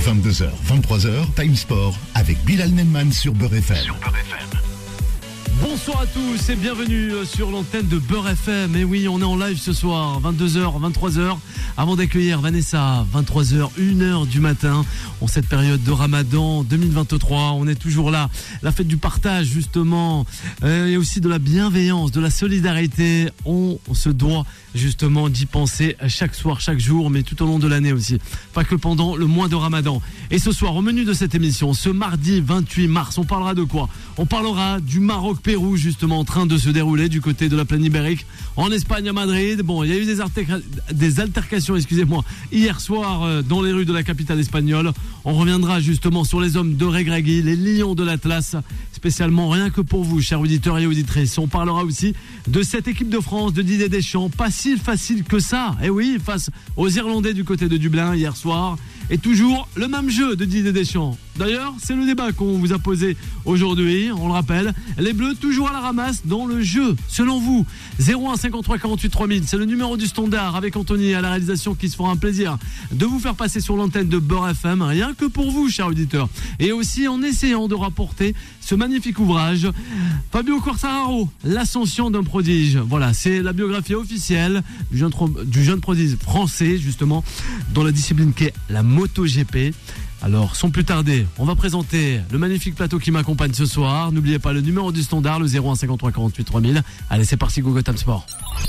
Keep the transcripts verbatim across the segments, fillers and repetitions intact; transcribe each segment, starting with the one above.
vingt-deux heures, vingt-trois heures, Time Sport avec Bilal Nenman sur Beurre F M. Sur Beurre F M. Bonsoir à tous et bienvenue sur l'antenne de Beurre F M. Et oui, on est en live ce soir, vingt-deux heures, vingt-trois heures. Avant d'accueillir Vanessa, vingt-trois heures, une heure du matin, en cette période de Ramadan deux mille vingt-trois. On est toujours là, la fête du partage justement, euh, et aussi de la bienveillance, de la solidarité. On se doit justement d'y penser chaque soir, chaque jour, mais tout au long de l'année aussi, pas que pendant le mois de Ramadan. Et ce soir, au menu de cette émission, ce mardi vingt-huit mars, on parlera de quoi ? On parlera du Maroc-Pérou, justement en train de se dérouler du côté de la plaine ibérique, en Espagne, à Madrid. Bon, il y a eu des, alterca- des altercations, excusez-moi, hier soir euh, dans les rues de la capitale espagnole. On reviendra justement sur les hommes de Regragui, les lions de l'Atlas, spécialement rien que pour vous, chers auditeurs et auditrices. On parlera aussi de cette équipe de France de Didier Deschamps, pas si facile que ça, et oui, face aux Irlandais du côté de Dublin hier soir. Et toujours le même jeu de Didier Deschamps. D'ailleurs, c'est le débat qu'on vous a posé aujourd'hui, on le rappelle. Les Bleus toujours à la ramasse dans le jeu, selon vous. zéro un cinquante-trois quarante-huit trois mille, c'est le numéro du standard avec Anthony à la réalisation qui se fera un plaisir de vous faire passer sur l'antenne de Beurre F M, rien que pour vous, chers auditeurs. Et aussi en essayant de rapporter ce magnifique ouvrage, Fabio Quartararo, l'ascension d'un prodige. Voilà, c'est la biographie officielle du jeune, du jeune prodige français, justement, dans la discipline qui est la MotoGP. Alors, sans plus tarder, on va présenter le magnifique plateau qui m'accompagne ce soir. N'oubliez pas le numéro du standard, le zéro un cinquante-trois quarante-huit trois mille. Allez, c'est parti, Google Time Sport.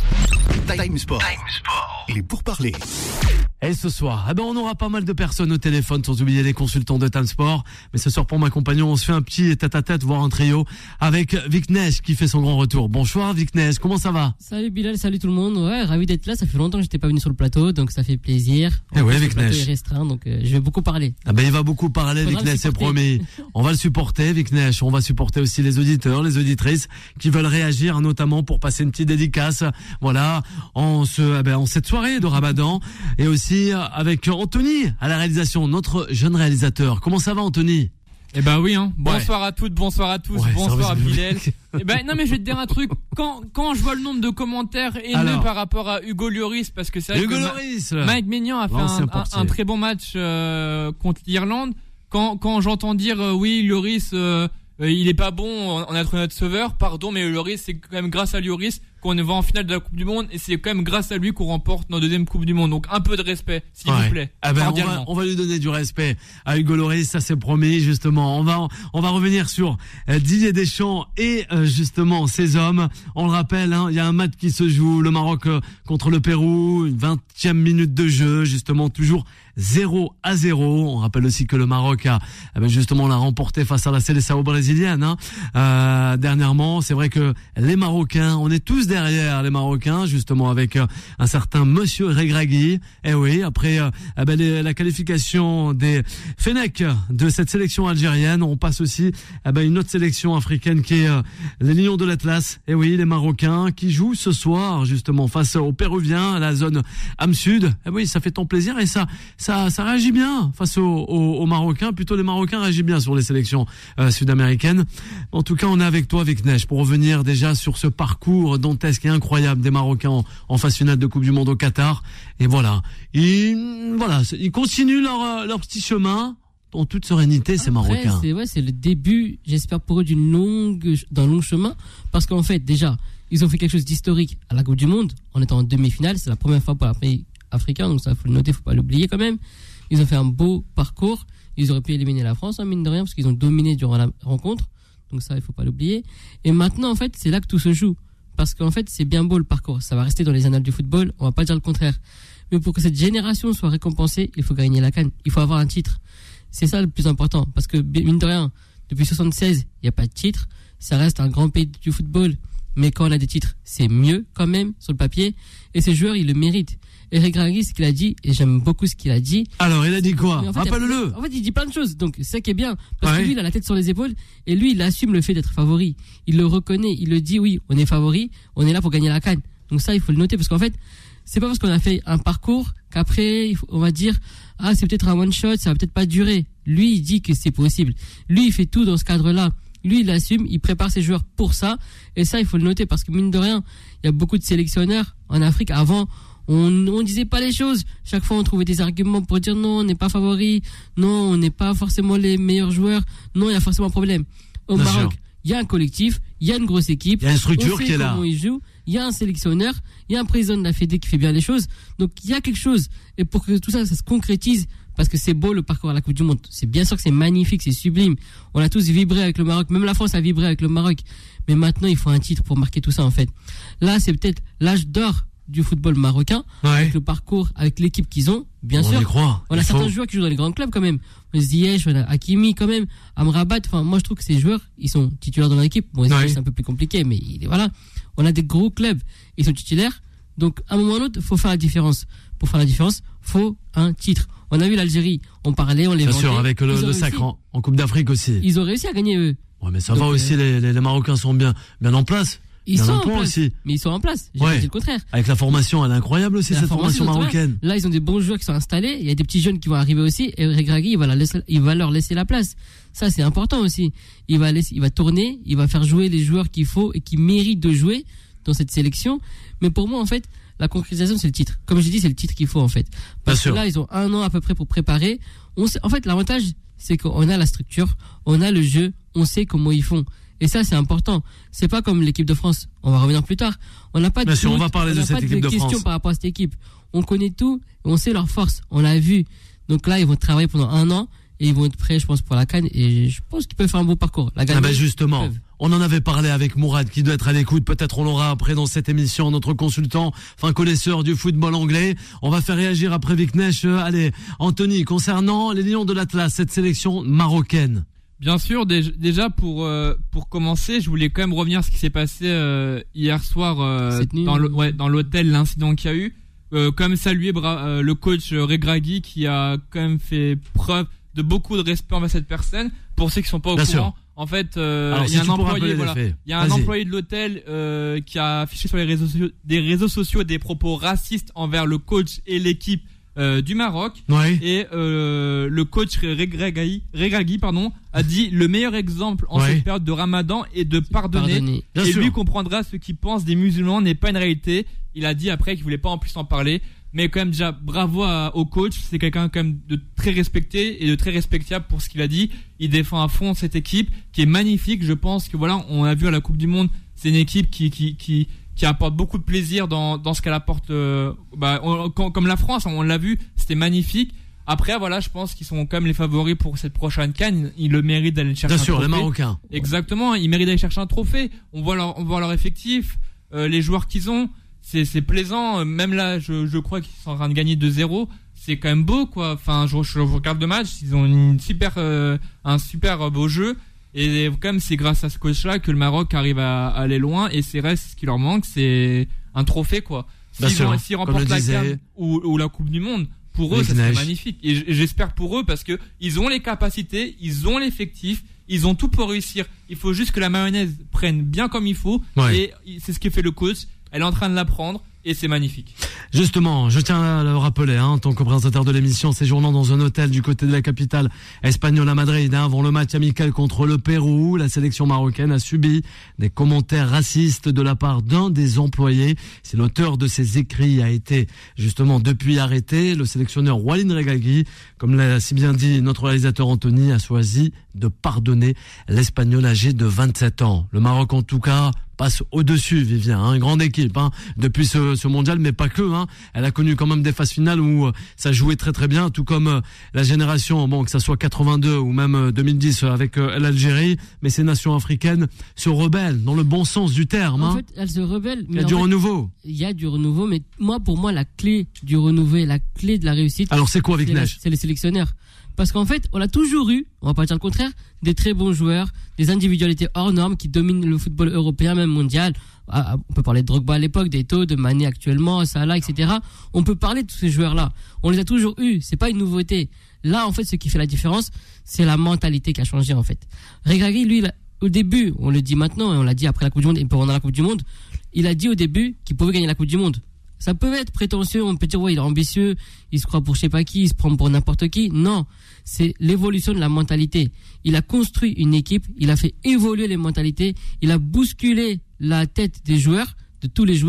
Time Sport. Time Sport. Et pour parler. Et ce soir, eh ben on aura pas mal de personnes au téléphone, sans oublier les consultants de Time Sport. Mais ce soir, pour m'accompagner, on se fait un petit tête-à-tête, voire un trio, avec Vic Neige qui fait son grand retour. Bonsoir Vic Neige, comment ça va ? Salut Bilal, salut tout le monde. Ouais, ravi d'être là. Ça fait longtemps que j'étais pas venu sur le plateau, donc ça fait plaisir. Eh ouais, Vic Vic Neige. Le plateau est restreint, donc euh, je vais beaucoup parler. Ah ben il va beaucoup parler, Vic Neige, c'est promis. On va le supporter, Vic Neige. On va supporter aussi les auditeurs, les auditrices qui veulent réagir, notamment pour passer une petite dédicace. Voilà, en ce, eh ben, en cette soirée de Ramadan, et aussi avec Anthony à la réalisation, notre jeune réalisateur. Comment ça va, Anthony ? Eh ben oui, hein. Bonsoir ouais. à toutes, bonsoir à tous, ouais, bonsoir à Bilal. Eh ben non, mais je vais te dire un truc. Quand quand je vois le nombre de commentaires haineux Alors, par rapport à Hugo Lloris, parce que c'est vrai Hugo que Lloris, Ma- Mike Maignan a fait un, un, un très bon match euh, contre l'Irlande. Quand quand j'entends dire euh, oui, Lloris, euh, euh, il est pas bon, on a trouvé notre sauveur. Pardon, mais Lloris, c'est quand même grâce à Lloris qu'on va en finale de la Coupe du Monde, et c'est quand même grâce à lui qu'on remporte notre deuxième Coupe du Monde. Donc un peu de respect, s'il ouais. vous plaît. Ah ben on va, on va lui donner du respect à Hugo Lloris, ça c'est promis justement. On va on va revenir sur euh, Didier Deschamps et euh, justement ses hommes. On le rappelle, hein, il y a un match qui se joue, le Maroc euh, contre le Pérou, une vingtième minute de jeu, justement toujours zéro à zéro. On rappelle aussi que le Maroc a eh ben justement l'a remporté face à la Seleção brésilienne hein. euh, dernièrement. C'est vrai que les Marocains, on est tous derrière les Marocains, justement avec euh, un certain Monsieur Regragui. Et oui, après euh, eh ben les, la qualification des Fennecs de cette sélection algérienne, on passe aussi eh ben une autre sélection africaine qui est euh, les Lions de l'Atlas. Et oui, les Marocains qui jouent ce soir justement face aux Péruviens, à la zone Am Sud. Et oui, ça fait tant plaisir et ça, ça, ça réagit bien face aux, aux, aux Marocains. Plutôt les Marocains réagissent bien sur les sélections euh, sud-américaines. En tout cas, on est avec toi, Vic Neige, pour revenir déjà sur ce parcours dantesque et incroyable des Marocains en, en phase finale de Coupe du Monde au Qatar. Et voilà, ils, voilà, ils continuent leur, leur petit chemin en toute sérénité, ces Après, Marocains. C'est, ouais, c'est le début, j'espère pour eux, d'une longue, d'un long chemin. Parce qu'en fait, déjà, ils ont fait quelque chose d'historique à la Coupe du Monde en étant en demi-finale. C'est la première fois pour un pays africain, donc ça, faut le noter, faut pas l'oublier quand même. Ils ont fait un beau parcours. Ils auraient pu éliminer la France, hein, mine de rien, parce qu'ils ont dominé durant la rencontre. Donc ça, il faut pas l'oublier. Et maintenant, en fait, c'est là que tout se joue. Parce qu'en fait, c'est bien beau le parcours. Ça va rester dans les annales du football. On va pas dire le contraire. Mais pour que cette génération soit récompensée, il faut gagner la CAN. Il faut avoir un titre. C'est ça le plus important. Parce que, mine de rien, depuis soixante-seize, il n'y a pas de titre. Ça reste un grand pays du football. Mais quand on a des titres, c'est mieux quand même sur le papier. Et ces joueurs, ils le méritent. Et Regragui, ce qu'il a dit, et j'aime beaucoup ce qu'il a dit. Alors, il a dit quoi ? En fait, Rappelle-le. En fait, il dit plein de choses. Donc, c'est ça qui est bien. Parce ouais. que lui, il a la tête sur les épaules. Et lui, il assume le fait d'être favori. Il le reconnaît. Il le dit, oui, on est favori. On est là pour gagner la CAN. Donc ça, il faut le noter. Parce qu'en fait, c'est pas parce qu'on a fait un parcours qu'après, on va dire, ah, c'est peut-être un one shot, ça va peut-être pas durer. Lui, il dit que c'est possible. Lui, il fait tout dans ce cadre-là. Lui, il assume, il prépare ses joueurs pour ça. Et ça, il faut le noter parce que mine de rien, il y a beaucoup de sélectionneurs en Afrique. Avant, On, on disait pas les choses. Chaque fois, on trouvait des arguments pour dire non, on n'est pas favori. Non, on n'est pas forcément les meilleurs joueurs. Non, il y a forcément un problème. Au Bien Maroc, il y a un collectif, il y a une grosse équipe. Il y a une structure qui est là. Comment ils jouent. Il y a un sélectionneur, il y a un président de la Fédé qui fait bien les choses. Donc, il y a quelque chose. Et pour que tout ça, ça se concrétise, parce que c'est beau le parcours à la Coupe du Monde. C'est bien sûr que c'est magnifique, c'est sublime. On a tous vibré avec le Maroc. Même la France a vibré avec le Maroc. Mais maintenant, il faut un titre pour marquer tout ça, en fait. Là, c'est peut-être l'âge d'or du football marocain, ouais. Avec le parcours, avec l'équipe qu'ils ont, bien on sûr. Y croit. On a il certains faut... joueurs qui jouent dans les grands clubs quand même. Ziyech, on a Hakimi quand même, Amrabat. Enfin, moi je trouve que ces joueurs, ils sont titulaires dans l'équipe. Bon, Ziyech, ouais. C'est un peu plus compliqué, mais il est, voilà. On a des gros clubs, ils sont titulaires. Donc, à un moment ou à un autre, faut faire la différence. Pour faire la différence, faut un titre. On a vu l'Algérie, on parlait, on les vendait. Bien sûr, avec le, le sacre en, en Coupe d'Afrique aussi. Ils ont réussi à gagner eux. Ouais, mais ça Donc, va aussi. Euh... Les, les, les Marocains sont bien, bien en place. Ils sont en place, aussi. Mais ils sont en place. J'ai ouais. dit le contraire. Avec la formation, elle est incroyable aussi, la cette formation, formation marocaine. Là, ils ont des bons joueurs qui sont installés. Il y a des petits jeunes qui vont arriver aussi. Et Regragui, il va, la laisser, il va leur laisser la place. Ça, c'est important aussi. Il va laisser, il va tourner, il va faire jouer les joueurs qu'il faut et qui méritent de jouer dans cette sélection. Mais pour moi, en fait, la concrétisation, c'est le titre. Comme j'ai dit, c'est le titre qu'il faut, en fait. Parce Bien que sûr. Là, ils ont un an à peu près pour préparer. On sait, en fait, l'avantage, c'est qu'on a la structure, on a le jeu, on sait comment ils font. Et ça, c'est important. C'est pas comme l'équipe de France. On va revenir plus tard. On n'a pas de, sûr, on va parler de cette équipe de questions France. Par rapport à cette équipe. On connaît tout, on sait leurs forces. On l'a vu. Donc là, ils vont travailler pendant un an et ils vont être prêts, je pense, pour la CAN. Et je pense qu'ils peuvent faire un beau parcours. La ah ben justement, on en avait parlé avec Mourad qui doit être à l'écoute. Peut-être on l'aura après dans cette émission. Notre consultant, enfin connaisseur du football anglais. On va faire réagir après Viknesh. Allez, Anthony, concernant les Lions de l'Atlas, cette sélection marocaine. Bien sûr, déjà pour euh, pour commencer, je voulais quand même revenir à ce qui s'est passé euh, hier soir euh, dans le, ouais, dans l'hôtel, l'incident qu'il y a eu. Euh, comme saluer bra- euh, le coach Regragui qui a quand même fait preuve de beaucoup de respect envers cette personne. Pour ceux qui sont pas au Bien courant, sûr. En fait, euh, il y a un employé, voilà, il y a un Vas-y. employé de l'hôtel euh, qui a affiché sur les réseaux sociaux, des réseaux sociaux des propos racistes envers le coach et l'équipe. Euh, du Maroc ouais. Et euh, le coach Regragui, Regragui pardon, a dit le meilleur exemple en ouais. cette période de Ramadan est de pardonner, pardonner. Et sûr. Lui comprendra ce qu'il pense des musulmans n'est pas une réalité. Il a dit après qu'il voulait pas en plus en parler, mais quand même déjà bravo à, au coach, c'est quelqu'un quand même de très respecté et de très respectable pour ce qu'il a dit. Il défend à fond cette équipe qui est magnifique. Je pense que voilà, on a vu à la Coupe du Monde, c'est une équipe qui qui qui qui apporte beaucoup de plaisir dans dans ce qu'elle apporte. Euh, bah, on, comme la France, on l'a vu, c'était magnifique. Après, voilà, je pense qu'ils sont quand même les favoris pour cette prochaine CAN. Ils le méritent d'aller chercher. Bien un sûr, trophée. Les Marocains. Exactement, ils méritent d'aller chercher un trophée. On voit leur, on voit leur effectif, euh, les joueurs qu'ils ont. C'est, c'est plaisant. Même là, je, je crois qu'ils sont en train de gagner deux zéro. C'est quand même beau, quoi. Enfin, je, je regarde le match. Ils ont une super, euh, un super beau jeu. Et quand même, c'est grâce à ce coach-là que le Maroc arrive à, à aller loin. Et c'est reste ce qui leur manque, c'est un trophée, quoi. S'ils, ont, s'ils remportent la CAN ou, ou la Coupe du Monde, pour eux, ça serait magnifique. Et j'espère pour eux parce que ils ont les capacités, ils ont l'effectif, ils ont tout pour réussir. Il faut juste que la mayonnaise prenne bien comme il faut. Ouais. Et c'est ce que fait le coach. Elle est en train de l'apprendre. Et c'est magnifique. Justement, je tiens à le rappeler, hein, en tant que présentateur de l'émission, séjournant dans un hôtel du côté de la capitale espagnole à Madrid, hein, avant le match amical contre le Pérou, la sélection marocaine a subi des commentaires racistes de la part d'un des employés. C'est l'auteur de ces écrits a été justement depuis arrêté. Le sélectionneur Walid Regragui, comme l'a si bien dit notre réalisateur Anthony, a choisi de pardonner l'Espagnol âgé de vingt-sept ans. Le Maroc, en tout cas, passe au-dessus, Vivien, hein, grande équipe, hein, depuis ce, ce mondial, mais pas que, hein. Elle a connu quand même des phases finales où euh, ça jouait très très bien, tout comme euh, la génération, bon, que ça soit quatre-vingt-deux ou même euh, deux mille dix avec euh, l'Algérie, mais ces nations africaines se rebellent dans le bon sens du terme. En hein. fait, elles se rebellent. Il y a du fait, renouveau. Il y a du renouveau, mais moi, pour moi, la clé du renouveau et la clé de la réussite. Alors, c'est quoi, Viknesh ? C'est les sélectionneurs. Parce qu'en fait, on a toujours eu, on va pas dire le contraire, des très bons joueurs, des individualités hors normes qui dominent le football européen, même mondial. On peut parler de Drogba à l'époque, d'Eto'o, de Mané actuellement, Salah, et cetera. On peut parler de tous ces joueurs-là. On les a toujours eus. C'est pas une nouveauté. Là, en fait, ce qui fait la différence, c'est la mentalité qui a changé, en fait. Regragui, lui, il a, au début, on le dit maintenant, et on l'a dit après la Coupe du Monde, et pendant la Coupe du Monde, il a dit au début qu'il pouvait gagner la Coupe du Monde. Ça peut être prétentieux, on peut dire, ouais, il est ambitieux, il se croit pour je sais pas qui, il se prend pour n'importe qui. Non, c'est l'évolution de la mentalité. Il a construit une équipe, il a fait évoluer les mentalités, il a bousculé la tête des joueurs, de tous les joueurs,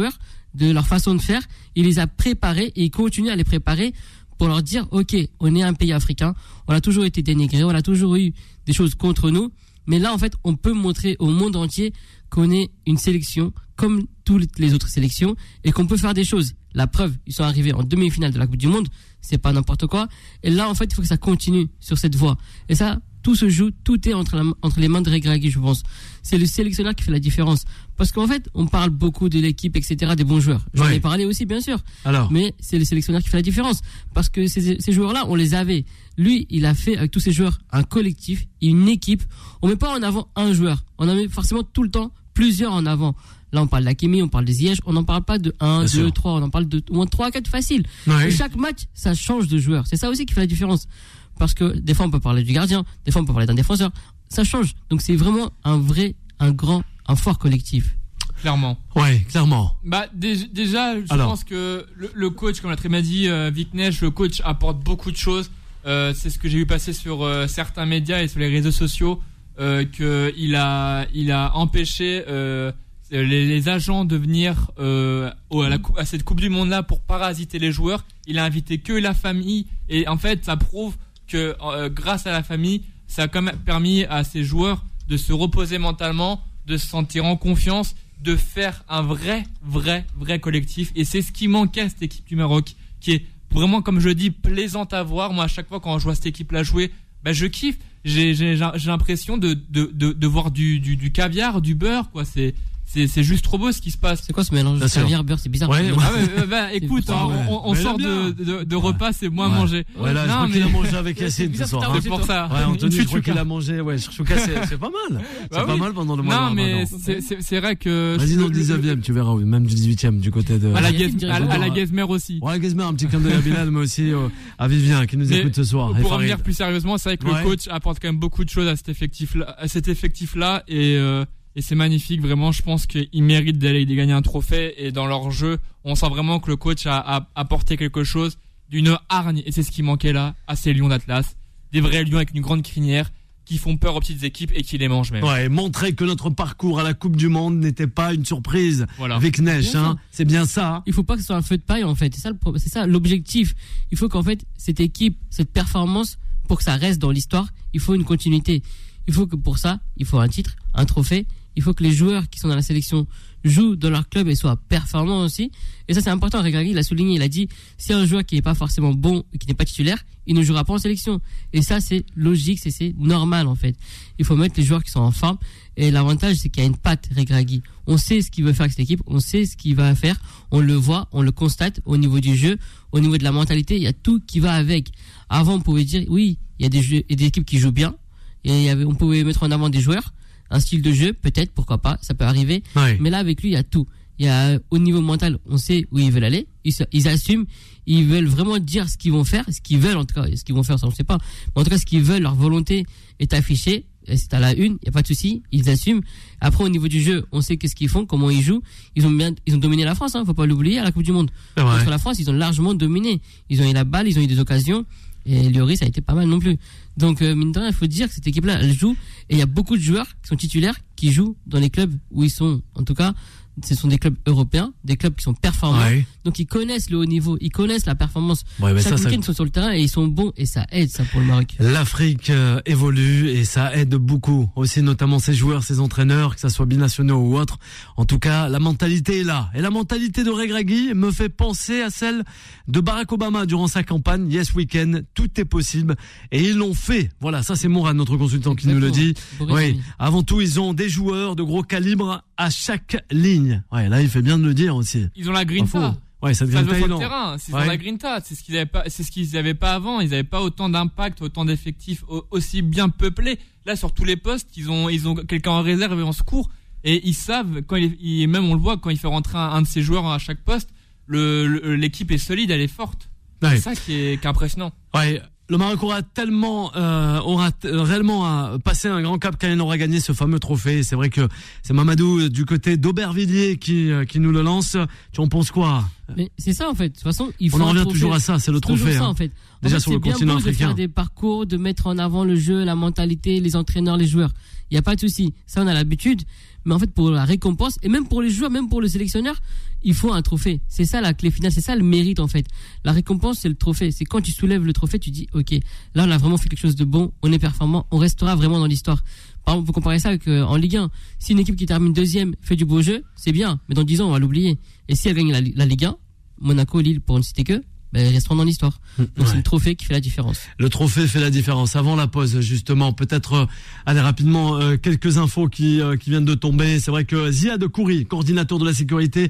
de leur façon de faire. Il les a préparés et il continue à les préparer pour leur dire, ok, on est un pays africain, on a toujours été dénigré, on a toujours eu des choses contre nous, mais là, en fait, on peut montrer au monde entier qu'on est une sélection comme toutes les autres sélections et qu'on peut faire des choses. La preuve, ils sont arrivés en demi-finale de la Coupe du Monde, c'est pas n'importe quoi. Et là, en fait, il faut que ça continue sur cette voie. Et ça, tout se joue, tout est entre, la, entre les mains de Regragui, je pense. C'est le sélectionneur qui fait la différence. Parce qu'en fait, on parle beaucoup de l'équipe, et cetera, des bons joueurs. J'en ouais. ai parlé aussi, bien sûr. Alors. Mais c'est le sélectionneur qui fait la différence. Parce que ces, ces joueurs-là, on les avait. Lui, il a fait avec tous ces joueurs un collectif, une équipe. On met pas en avant un joueur. On en met forcément tout le temps plusieurs en avant. Là, on parle d'Hakimi, on parle des Ziyech, on n'en parle pas de un, deux, trois, on en parle de au moins trois, quatre faciles. Ouais. Et chaque match, ça change de joueur. C'est ça aussi qui fait la différence. Parce que des fois, on peut parler du gardien, des fois, on peut parler d'un défenseur. Ça change. Donc, c'est vraiment un vrai, un grand, un fort collectif. Clairement. Ouais, clairement. Bah, dé- déjà, je Alors. pense que le, le coach, comme l'a très bien dit euh, Vic Neige, le coach apporte beaucoup de choses. Euh, c'est ce que j'ai vu passer sur euh, certains médias et sur les réseaux sociaux, euh, qu'il a, il a empêché euh, les, les agents de venir euh, au, à, la, à cette Coupe du Monde-là pour parasiter les joueurs. Il a invité que la famille et en fait, ça prouve que euh, grâce à la famille, ça a quand même permis à ces joueurs de se reposer mentalement, de se sentir en confiance, de faire un vrai, vrai, vrai collectif. Et c'est ce qui manquait à cette équipe du Maroc, qui est vraiment, comme je dis, plaisante à voir. Moi, à chaque fois quand je vois cette équipe-là jouer, bah, je kiffe. J'ai, j'ai, j'ai l'impression de, de, de, de voir du, du, du caviar, du beurre, quoi. C'est, c'est, c'est juste trop beau ce qui se passe. C'est quoi ce mélange de caviar, beurre, c'est bizarre. Ouais, ouais. Ah ouais, bah, écoute, Ah ouais. on, on Mais sort bien. de, de, de repas, c'est moins Ouais. manger. Ouais, là, je Non, crois mais- qu'il a mangé avec Yacine ce soir. C'est pour ça. Ouais, Anthony, Une je crois chouchouka. qu'il a mangé, ouais, chouchouka, c'est, c'est pas mal. C'est Bah pas oui. mal pendant le mois de Non, Ramadan. mais c'est, c'est, c'est vrai que. Vas-y dans le le- dix-neuvième, tu verras, oui, même du dix-huitième, du côté de. À la, Il y a Guez- une à, à la Ouais. Guezmer aussi. Ouais, Gazmer, un petit clin d'œil à Bilal, mais aussi euh, à Vivien qui nous Mais écoute ce soir. Et Pour Farid. revenir plus sérieusement, c'est vrai que Ouais. le coach apporte quand même beaucoup de choses à cet effectif-là, à cet effectif-là et, euh, et c'est magnifique. Vraiment, je pense qu'ils méritent d'aller gagner un trophée et dans leur jeu, on sent vraiment que le coach a, a apporté quelque chose d'une hargne et c'est ce qui manquait là à ces lions d'Atlas. Des vrais lions avec une grande crinière qui font peur aux petites équipes et qui les mangent même. Ouais, montrer que notre parcours à la Coupe du Monde n'était pas une surprise. Voilà. Avec Neige, Bien hein. sûr. C'est bien ça. Hein. Il faut pas que ce soit un feu de paille en fait. C'est ça, le pro- c'est ça l'objectif. Il faut qu'en fait cette équipe, cette performance, pour que ça reste dans l'histoire, il faut une continuité. Il faut que pour ça, il faut un titre, un trophée. Il faut que les joueurs qui sont dans la sélection jouent dans leur club et soient performants aussi. Et ça c'est important. Regragui l'a souligné. Il a dit si un joueur qui n'est pas forcément bon et qui n'est pas titulaire, il ne jouera pas en sélection. Et ça c'est logique, c'est, c'est normal en fait. Il faut mettre les joueurs qui sont en forme. Et l'avantage c'est qu'il y a une patte Regragui. On sait ce qu'il veut faire avec cette équipe, on sait ce qu'il va faire, on le voit, on le constate au niveau du jeu, au niveau de la mentalité, il y a tout qui va avec. Avant on pouvait dire oui, il y a des jeux, il y a des équipes qui jouent bien et il y avait, on pouvait mettre en avant des joueurs, un style de jeu, peut-être, pourquoi pas, ça peut arriver. Ouais. Mais là avec lui il y a tout. Il y a au niveau mental, on sait où ils veulent aller, ils, se- ils assument, ils veulent vraiment dire ce qu'ils vont faire, ce qu'ils veulent en tout cas, ce qu'ils vont faire ça on ne sait pas. Mais en tout cas ce qu'ils veulent, leur volonté est affichée. Et c'est à la une, il y a pas de souci, ils assument. Après au niveau du jeu, on sait qu'est-ce qu'ils font, comment ils jouent. Ils ont bien, ils ont dominé la France, hein, faut pas l'oublier à la Coupe du Monde. C'est vrai. Contre la France, ils ont largement dominé. Ils ont eu la balle, ils ont eu des occasions. Et Lloris a été pas mal non plus. Donc euh, mine de rien, il faut dire que cette équipe-là, elle joue. Et il y a beaucoup de joueurs qui sont titulaires, qui jouent dans les clubs où ils sont. En tout cas, ce sont des clubs européens, des clubs qui sont performants. Ouais. Donc ils connaissent le haut niveau, ils connaissent la performance. Ouais, mais Chaque ça, ça- week-end, ils sont sur le terrain et ils sont bons et ça aide ça pour le Maroc. L'Afrique euh, évolue et ça aide beaucoup. Aussi notamment ses joueurs, ses entraîneurs, que ça soit binationaux ou autres. En tout cas, la mentalité est là. Et la mentalité de Regragui me fait penser à celle de Barack Obama durant sa campagne. Yes Weekend, tout est possible. Et ils l'ont fait. Voilà, ça c'est Mourad, notre consultant, qui nous le dit. Boris Oui, Ami. avant tout, ils ont des joueurs de gros calibre à chaque ligne. Ouais, là, il fait bien de le dire aussi. Ils ont la Pas faux. grinta. Ouais, ça Ça devient se voit sur le Thaïlande. terrain, c'est Ouais. sur la grinta, c'est ce qu'ils avaient pas, c'est ce qu'ils avaient pas avant. Ils avaient pas autant d'impact, autant d'effectifs au- aussi bien peuplés. Là, sur tous les postes, ils ont, ils ont quelqu'un en réserve et en secours, et ils savent quand il, il- même on le voit quand il fait rentrer un, un de ses joueurs à chaque poste, le, le- l'équipe est solide, elle est forte. Ouais. C'est ça qui est, qui est impressionnant. Ouais, le Maroc aura tellement, euh, aura t- réellement euh, passé un grand cap quand il aura gagné ce fameux trophée. Et c'est vrai que c'est Mamadou euh, du côté d'Aubervilliers qui, euh, qui nous le lance. Tu en penses quoi, Mais c'est ça en fait. De toute façon, il faut. On en revient toujours à ça, c'est le c'est trophée. Ça, hein. en fait. En Déjà fait, sur le continent africain. C'est bien beau de africain. faire des parcours, de mettre en avant le jeu, la mentalité, les entraîneurs, les joueurs. Il y a pas de souci. Ça, on a l'habitude. Mais en fait, pour la récompense et même pour les joueurs, même pour le sélectionneur, il faut un trophée. C'est ça la clé finale. C'est ça le mérite en fait. La récompense, c'est le trophée. C'est quand tu soulèves le trophée, tu dis, ok, là, on a vraiment fait quelque chose de bon. On est performant. On restera vraiment dans l'histoire. Par exemple, vous comparez ça avec euh, en Ligue un. Si une équipe qui termine deuxième fait du beau jeu, c'est bien. Mais dans dix ans, on va l'oublier. Et si elle gagne la, la Ligue un, Monaco, Lille, pour ne citer que, ben, ils resteront dans l'histoire. Donc ouais. C'est le trophée qui fait la différence. Le trophée fait la différence. Avant la pause, justement, peut-être euh, allez rapidement euh, quelques infos qui euh, qui viennent de tomber. C'est vrai que Ziad Khoury, coordinateur de la sécurité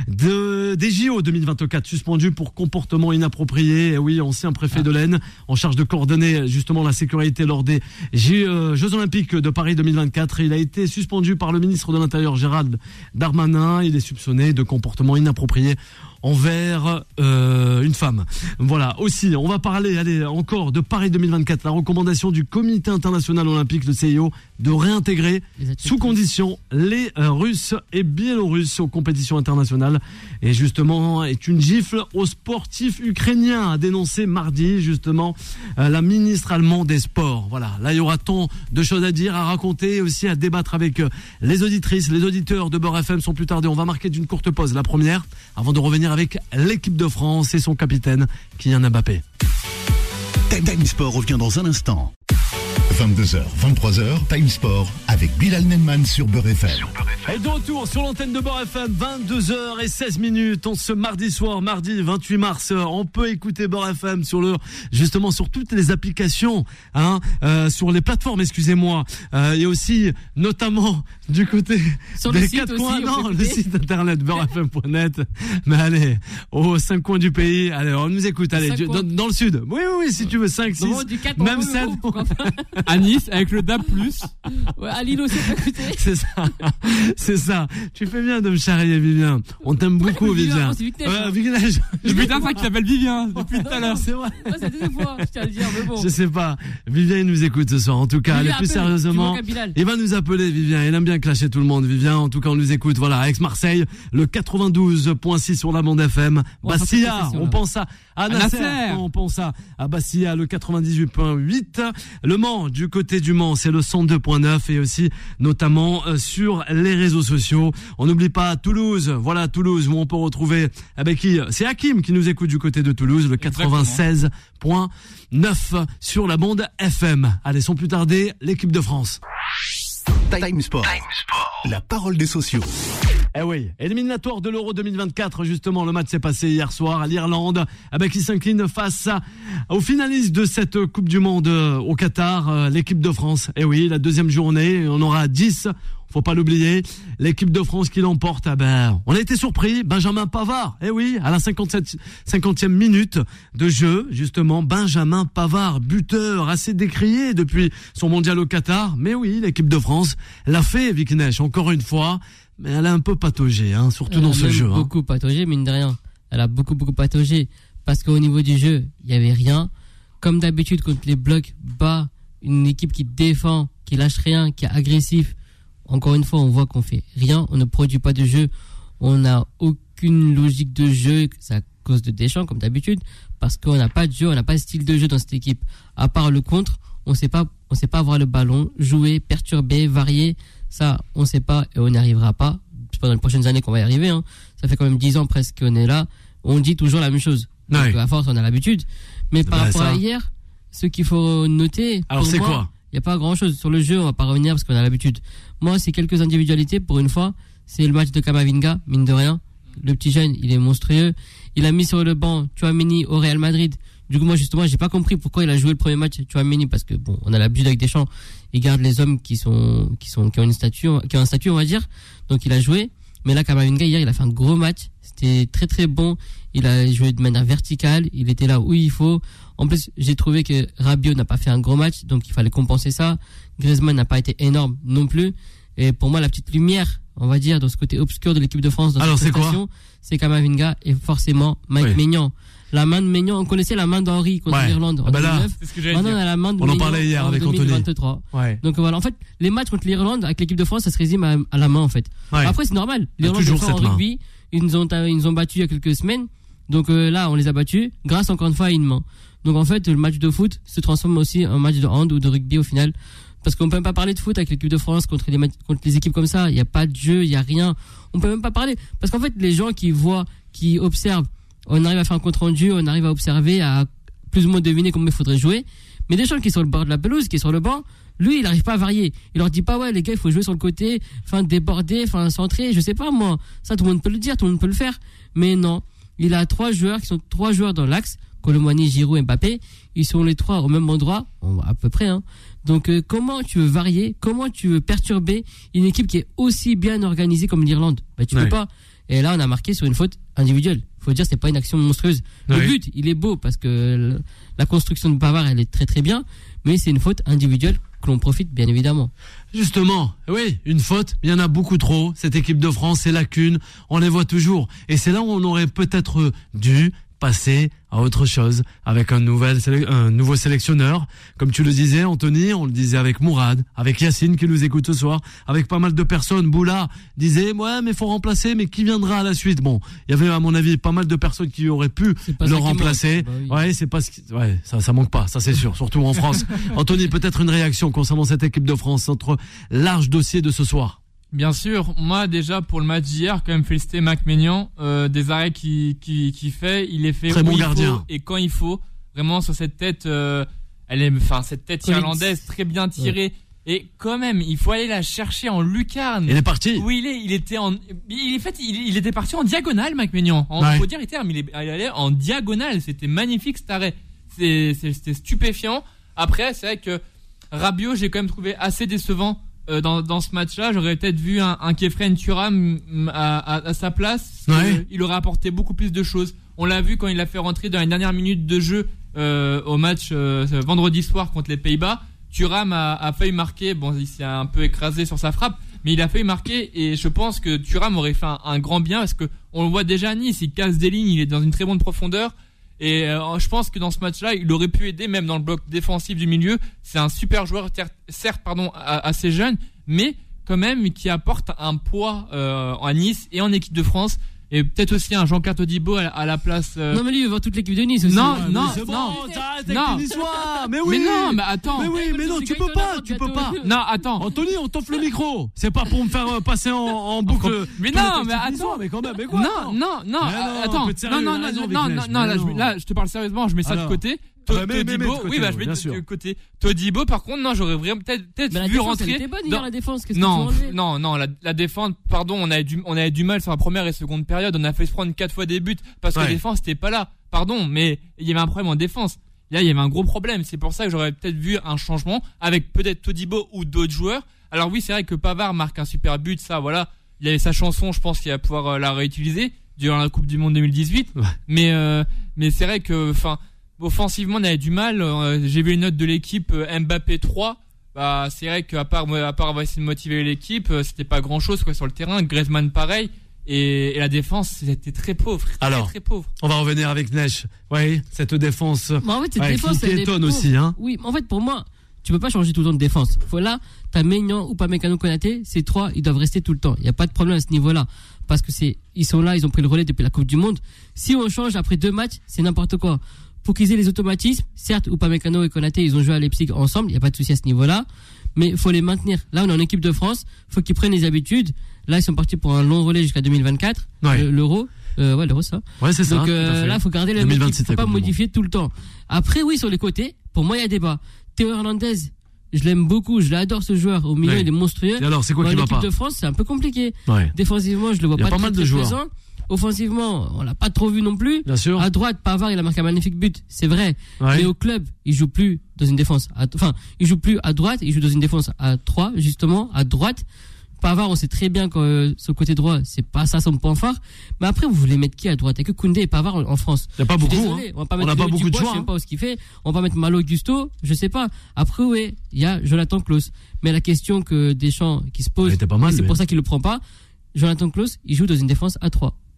de des J O deux mille vingt-quatre, suspendu pour comportement inapproprié. Et oui, ancien préfet ah. de l'Aisne, en charge de coordonner justement la sécurité lors des J, euh, Jeux Olympiques de Paris deux mille vingt-quatre. Il a été suspendu par le ministre de l'Intérieur Gérald Darmanin. Il est soupçonné de comportement inapproprié envers euh, une femme. Voilà. Aussi, on va parler, allez, encore de Paris deux mille vingt-quatre, la recommandation du Comité international olympique, le C I O, de réintégrer sous condition les euh, Russes et Biélorusses aux compétitions internationales. Et justement, est une gifle aux sportifs ukrainiens, a dénoncé mardi justement euh, la ministre allemande des Sports. Voilà. Là, il y aura tant de choses à dire, à raconter, aussi à débattre avec euh, les auditrices, les auditeurs de Beurre F M sans plus tarder. On va marquer d'une courte pause, la première, avant de revenir avec l'équipe de France et son capitaine Kylian Mbappé. Time Sport revient dans un instant. vingt-deux heures, vingt-trois heures, Time Sport avec Bilal Nenman sur Beurre F M. Et de retour sur l'antenne de Beurre F M, vingt-deux heures seize minutes, on ce mardi soir, mardi vingt-huit mars, on peut écouter Beurre F M sur le, justement sur toutes les applications, hein, euh, sur les plateformes, excusez-moi, euh, et aussi, notamment, du côté sur des le quatre site coins, aussi, non, le site internet beurre f m point net, mais allez, aux cinq coins du pays, allez, on nous écoute, allez, du, dans, dans le sud, oui, oui, oui, si tu veux, cinq, six, même sept, à Nice, avec le D A B plus. Ouais, à Lille aussi, à côté. C'est ça, c'est ça. Tu fais bien de me charrier, Vivien. On t'aime beaucoup, Vivien. Vivien, Vivien. Je putain ça qui s'appelle Vivien depuis tout à l'heure. C'est vrai. Non, c'est la deuxième fois, je tiens à le dire, mais bon. Je sais pas. Vivien, il nous écoute ce soir. En tout cas, allez, plus sérieusement, il va nous appeler, Vivien. Il aime bien clasher tout le monde, Vivien. En tout cas, on nous écoute. Voilà, Aix-Marseille, le quatre-vingt-douze point six sur la bande F M. Bastia, on pense à, à Nasser. On pense à, à Bastia, le quatre-vingt-dix-huit point huit. Le Mans, du côté du Mans, c'est le cent deux point neuf et aussi, notamment, euh, sur les réseaux sociaux. On n'oublie pas Toulouse. Voilà, Toulouse, où on peut retrouver, eh ben, qui, c'est Hakim qui nous écoute du côté de Toulouse, le quatre-vingt-seize point neuf sur la bande F M. Allez, sans plus tarder, l'équipe de France. Time Sport. Time Sport. La parole des sociaux. Eh oui, éliminatoire de l'Euro deux mille vingt-quatre, justement, le match s'est passé hier soir à l'Irlande, avec qui s'incline face à, aux finalistes de cette Coupe du Monde au Qatar, l'équipe de France. Eh oui, la deuxième journée, on aura dix, faut pas l'oublier, l'équipe de France qui l'emporte. Ah ben, on a été surpris, Benjamin Pavard, eh oui, à la cinquante-sept, cinquantième minute de jeu, justement, Benjamin Pavard, buteur assez décrié depuis son mondial au Qatar, mais oui, l'équipe de France l'a fait, Viknesh, encore une fois. Mais elle a un peu pataugé, hein, surtout elle dans ce jeu. Elle a beaucoup hein. pataugé, mine de rien. Elle a beaucoup, beaucoup pataugé. Parce qu'au niveau du jeu, il n'y avait rien. Comme d'habitude, contre les blocs bas, une équipe qui défend, qui lâche rien, qui est agressif. Encore une fois, on voit qu'on fait rien. On ne produit pas de jeu. On n'a aucune logique de jeu. C'est à cause de Deschamps, comme d'habitude. Parce qu'on n'a pas de jeu, on n'a pas de style de jeu dans cette équipe. À part le contre, on sait pas, on sait pas avoir le ballon, jouer, perturber, varier. Ça, on sait pas et on n'y arrivera pas. C'est pas dans les prochaines années qu'on va y arriver. Hein. Ça fait quand même dix ans presque qu'on est là. On dit toujours la même chose. Ouais. Donc, à force, on a l'habitude. Mais par bah, rapport ça. à hier, ce qu'il faut noter. Alors, c'est moi, quoi? Il n'y a pas grand chose. Sur le jeu, on va pas revenir parce qu'on a l'habitude. Moi, c'est quelques individualités. Pour une fois, c'est le match de Camavinga, mine de rien. Le petit jeune, il est monstrueux. Il a mis sur le banc Tchouaméni au Real Madrid. Du coup, moi, justement, j'ai pas compris pourquoi il a joué le premier match Tchouaméni, parce que bon, on a l'habitude avec Deschamps. Il garde les hommes qui sont, qui sont, qui ont une statue, qui ont un statut, on va dire. Donc, il a joué. Mais là, Camavinga, hier, il a fait un gros match. C'était très, très bon. Il a joué de manière verticale. Il était là où il faut. En plus, j'ai trouvé que Rabiot n'a pas fait un gros match. Donc, il fallait compenser ça. Griezmann n'a pas été énorme non plus. Et pour moi, la petite lumière, on va dire, dans ce côté obscur de l'équipe de France, dans Alors, cette c'est prestation, quoi? c'est Camavinga et forcément Mike oui. Maignan. la main de Maignan, on connaissait la main d'Henry contre ouais. l'Irlande en ah bah deux mille neuf. C'est ce que j'allais Maintenant, dire. on a la main de on Maignan en parlait hier en avec deux mille vingt-trois. Anthony. Ouais. Donc voilà, en fait, les matchs contre l'Irlande avec l'équipe de France, ça se résume à, à la main en fait. Ouais. Après, c'est normal. L'Irlande est fort en rugby, ils nous ont, ils nous ont battus il y a quelques semaines. Donc euh, là, on les a battus grâce encore une fois à une main. Donc en fait, le match de foot se transforme aussi en match de hand ou de rugby au final. Parce qu'on peut même pas parler de foot avec l'équipe de France contre les, contre les équipes comme ça. Il n'y a pas de jeu, il n'y a rien. On peut même pas parler. Parce qu'en fait, les gens qui voient, qui observent, on arrive à faire un compte rendu, on arrive à observer, à plus ou moins deviner comment il faudrait jouer. Mais des gens qui sont sur le bord de la pelouse, qui sont sur le banc, lui, il n'arrive pas à varier. Il leur dit pas, ouais, les gars, il faut jouer sur le côté, enfin, déborder, enfin, centrer, je sais pas, moi. Ça, tout le monde peut le dire, tout le monde peut le faire. Mais non. Il a trois joueurs qui sont trois joueurs dans l'axe. Colomboigny, Giroud et Mbappé, ils sont les trois au même endroit, à peu près. Hein. Donc euh, comment tu veux varier, comment tu veux perturber une équipe qui est aussi bien organisée comme l'Irlande? Bah, tu ouais. peux pas. Et là, on a marqué sur une faute individuelle. Faut dire, c'est pas une action monstrueuse. Le ouais. but, il est beau parce que la construction de Pavard, elle est très très bien, mais c'est une faute individuelle que l'on profite bien évidemment. Justement, oui, une faute, il y en a beaucoup trop. Cette équipe de France, ces lacunes, on les voit toujours. Et c'est là où on aurait peut-être dû passer à autre chose avec un, nouvel, un nouveau sélectionneur. Comme tu le disais, Anthony, on le disait avec Mourad, avec Yacine qui nous écoute ce soir, avec pas mal de personnes. Boula disait, ouais, mais faut remplacer, mais qui viendra à la suite? Bon, il y avait, à mon avis, pas mal de personnes qui auraient pu le remplacer. Bah oui. Ouais, c'est pas ce qui, ouais, ça, ça manque pas, ça c'est sûr, surtout en France. Anthony, peut-être une réaction concernant cette équipe de France, notre large dossier de ce soir. Bien sûr, moi déjà pour le match d'hier, quand même féliciter Mac Maignan, euh, des arrêts qu'il qui, qui fait, il les fait très où bon il gardien. faut et quand il faut. Vraiment sur cette tête, euh, elle est, enfin cette tête Collins. irlandaise très bien tirée. Ouais. Et quand même, il faut aller la chercher en lucarne. Il est parti. Où il est, il était en, il est fait, il, il était parti en diagonale, Mac Maignan. On ouais. faut dire les termes, il, est, il allait en diagonale. C'était magnifique cet arrêt. C'est, c'est, c'était stupéfiant. Après, c'est vrai que Rabiot, j'ai quand même trouvé assez décevant. Euh, dans, dans ce match-là, j'aurais peut-être vu un, un Kefren Thuram à, à, à sa place. Ouais. Euh, il aurait apporté beaucoup plus de choses. On l'a vu quand il l'a fait rentrer dans les dernières minutes de jeu euh, au match euh, vendredi soir contre les Pays-Bas. Thuram a, a failli marquer. Bon, il s'est un peu écrasé sur sa frappe, mais il a failli marquer. Et je pense que Thuram aurait fait un, un grand bien parce que on le voit déjà à Nice. Il casse des lignes, il est dans une très bonne profondeur. Et euh, je pense que dans ce match-là, il aurait pu aider même dans le bloc défensif du milieu. C'est un super joueur, certes, pardon, assez jeune, mais quand même qui apporte un poids euh, à Nice et en équipe de France. Et peut-être aussi un Jean-Claude Todibo à, à la place. Euh... Non mais lui il va voir toute l'équipe de Nice aussi. Non ouais, non bon, non. Non. Mais oui. Mais non mais attends. Mais oui mais non tu peux pas tu peux pas. Non attends. Anthony on t'offre le micro. C'est pas pour me faire passer en, en boucle. Mais non mais attends. Mais quand même mais quoi? Non non non attends. Non non non non non non là je là je te parle sérieusement je mets ça de côté. Todibo, oui, bah je vais de côté. Todibo, par contre, non, j'aurais vraiment peut-être peut-être vu rentrer. Elle était bonne hier, la défense. Qu'est-ce non, non, non, la, la défense. Pardon, on avait du, on avait du mal sur la première et seconde période. On a fait se prendre quatre fois des buts parce que ouais. la défense n'était pas là. Pardon, mais il y avait un problème en défense. Là, il y avait un gros problème. C'est pour ça que j'aurais peut-être vu un changement avec peut-être Todibo ou d'autres joueurs. Alors oui, c'est vrai que Pavard marque un super but. Ça, voilà, il y avait sa chanson. Je pense qu'il va pouvoir la réutiliser durant la Coupe du Monde deux mille dix-huit. Ouais. Mais euh, mais c'est vrai que, enfin. Offensivement, on avait du mal. Euh, j'ai vu les notes de l'équipe euh, Mbappé trois. Bah, c'est vrai qu'à part, à part avoir essayé de motiver l'équipe, euh, c'était pas grand chose quoi sur le terrain. Griezmann pareil. Et, et la défense, c'était très pauvre. Très, Alors, très pauvre. On va revenir avec Neige. Oui, cette défense. Bah en fait, cette ouais, défense, qui étonne aussi, hein. Oui, en fait, pour moi, tu peux pas changer tout le temps de défense. Faut là, t'as Maignan ou pas Mécano Konaté, ces trois, ils doivent rester tout le temps. Il y a pas de problème à ce niveau-là. Parce que c'est, ils sont là, ils ont pris le relais depuis la Coupe du Monde. Si on change après deux matchs, c'est n'importe quoi. Pour qu'ils aient les automatismes, certes, Upamecano et Konaté, ils ont joué à Leipzig ensemble, il n'y a pas de souci à ce niveau-là, mais il faut les maintenir. Là, on est en équipe de France, il faut qu'ils prennent les habitudes. Là, ils sont partis pour un long relais jusqu'à deux mille vingt-quatre, ouais. l'Euro. Euh, ouais, l'Euro, ça. Ouais, c'est ça. Donc euh, là, il faut garder le même équipe, il ne faut pas modifier tout le temps. Après, oui, sur les côtés, pour moi, il y a débat. Théo Hernandez, je l'aime beaucoup, je l'adore ce joueur. Au milieu, ouais. il est monstrueux. Et alors, c'est quoi qui va pas? L'équipe de France, c'est un peu compliqué. Ouais. Défensivement, je le vois pas, pas très, mal de très joueurs. présent. Offensivement, on l'a pas trop vu non plus. Bien sûr. À droite, Pavard, il a marqué un magnifique but, c'est vrai. Ouais. Mais au club, il joue plus dans une défense. À, enfin, il joue plus à droite, il joue dans une défense à trois, justement, à droite. Pavard, on sait très bien que euh, ce côté droit, c'est pas ça son point fort. Mais après, vous voulez mettre qui à droite? Il y a que Koundé et Pavard en, en France. Il n'y a pas beaucoup. Désolé, hein. On va pas on mettre n'a pas beaucoup de choix. Je sais pas ce qu'il fait. On va pas mettre Malo Augusto, je sais pas. Après, oui, il y a Jonathan Klaus. Mais la question que Deschamps qui se pose, pas mal, et c'est mais... pour ça qu'il le prend pas. Jonathan Klaus, il joue dans une défense à trois.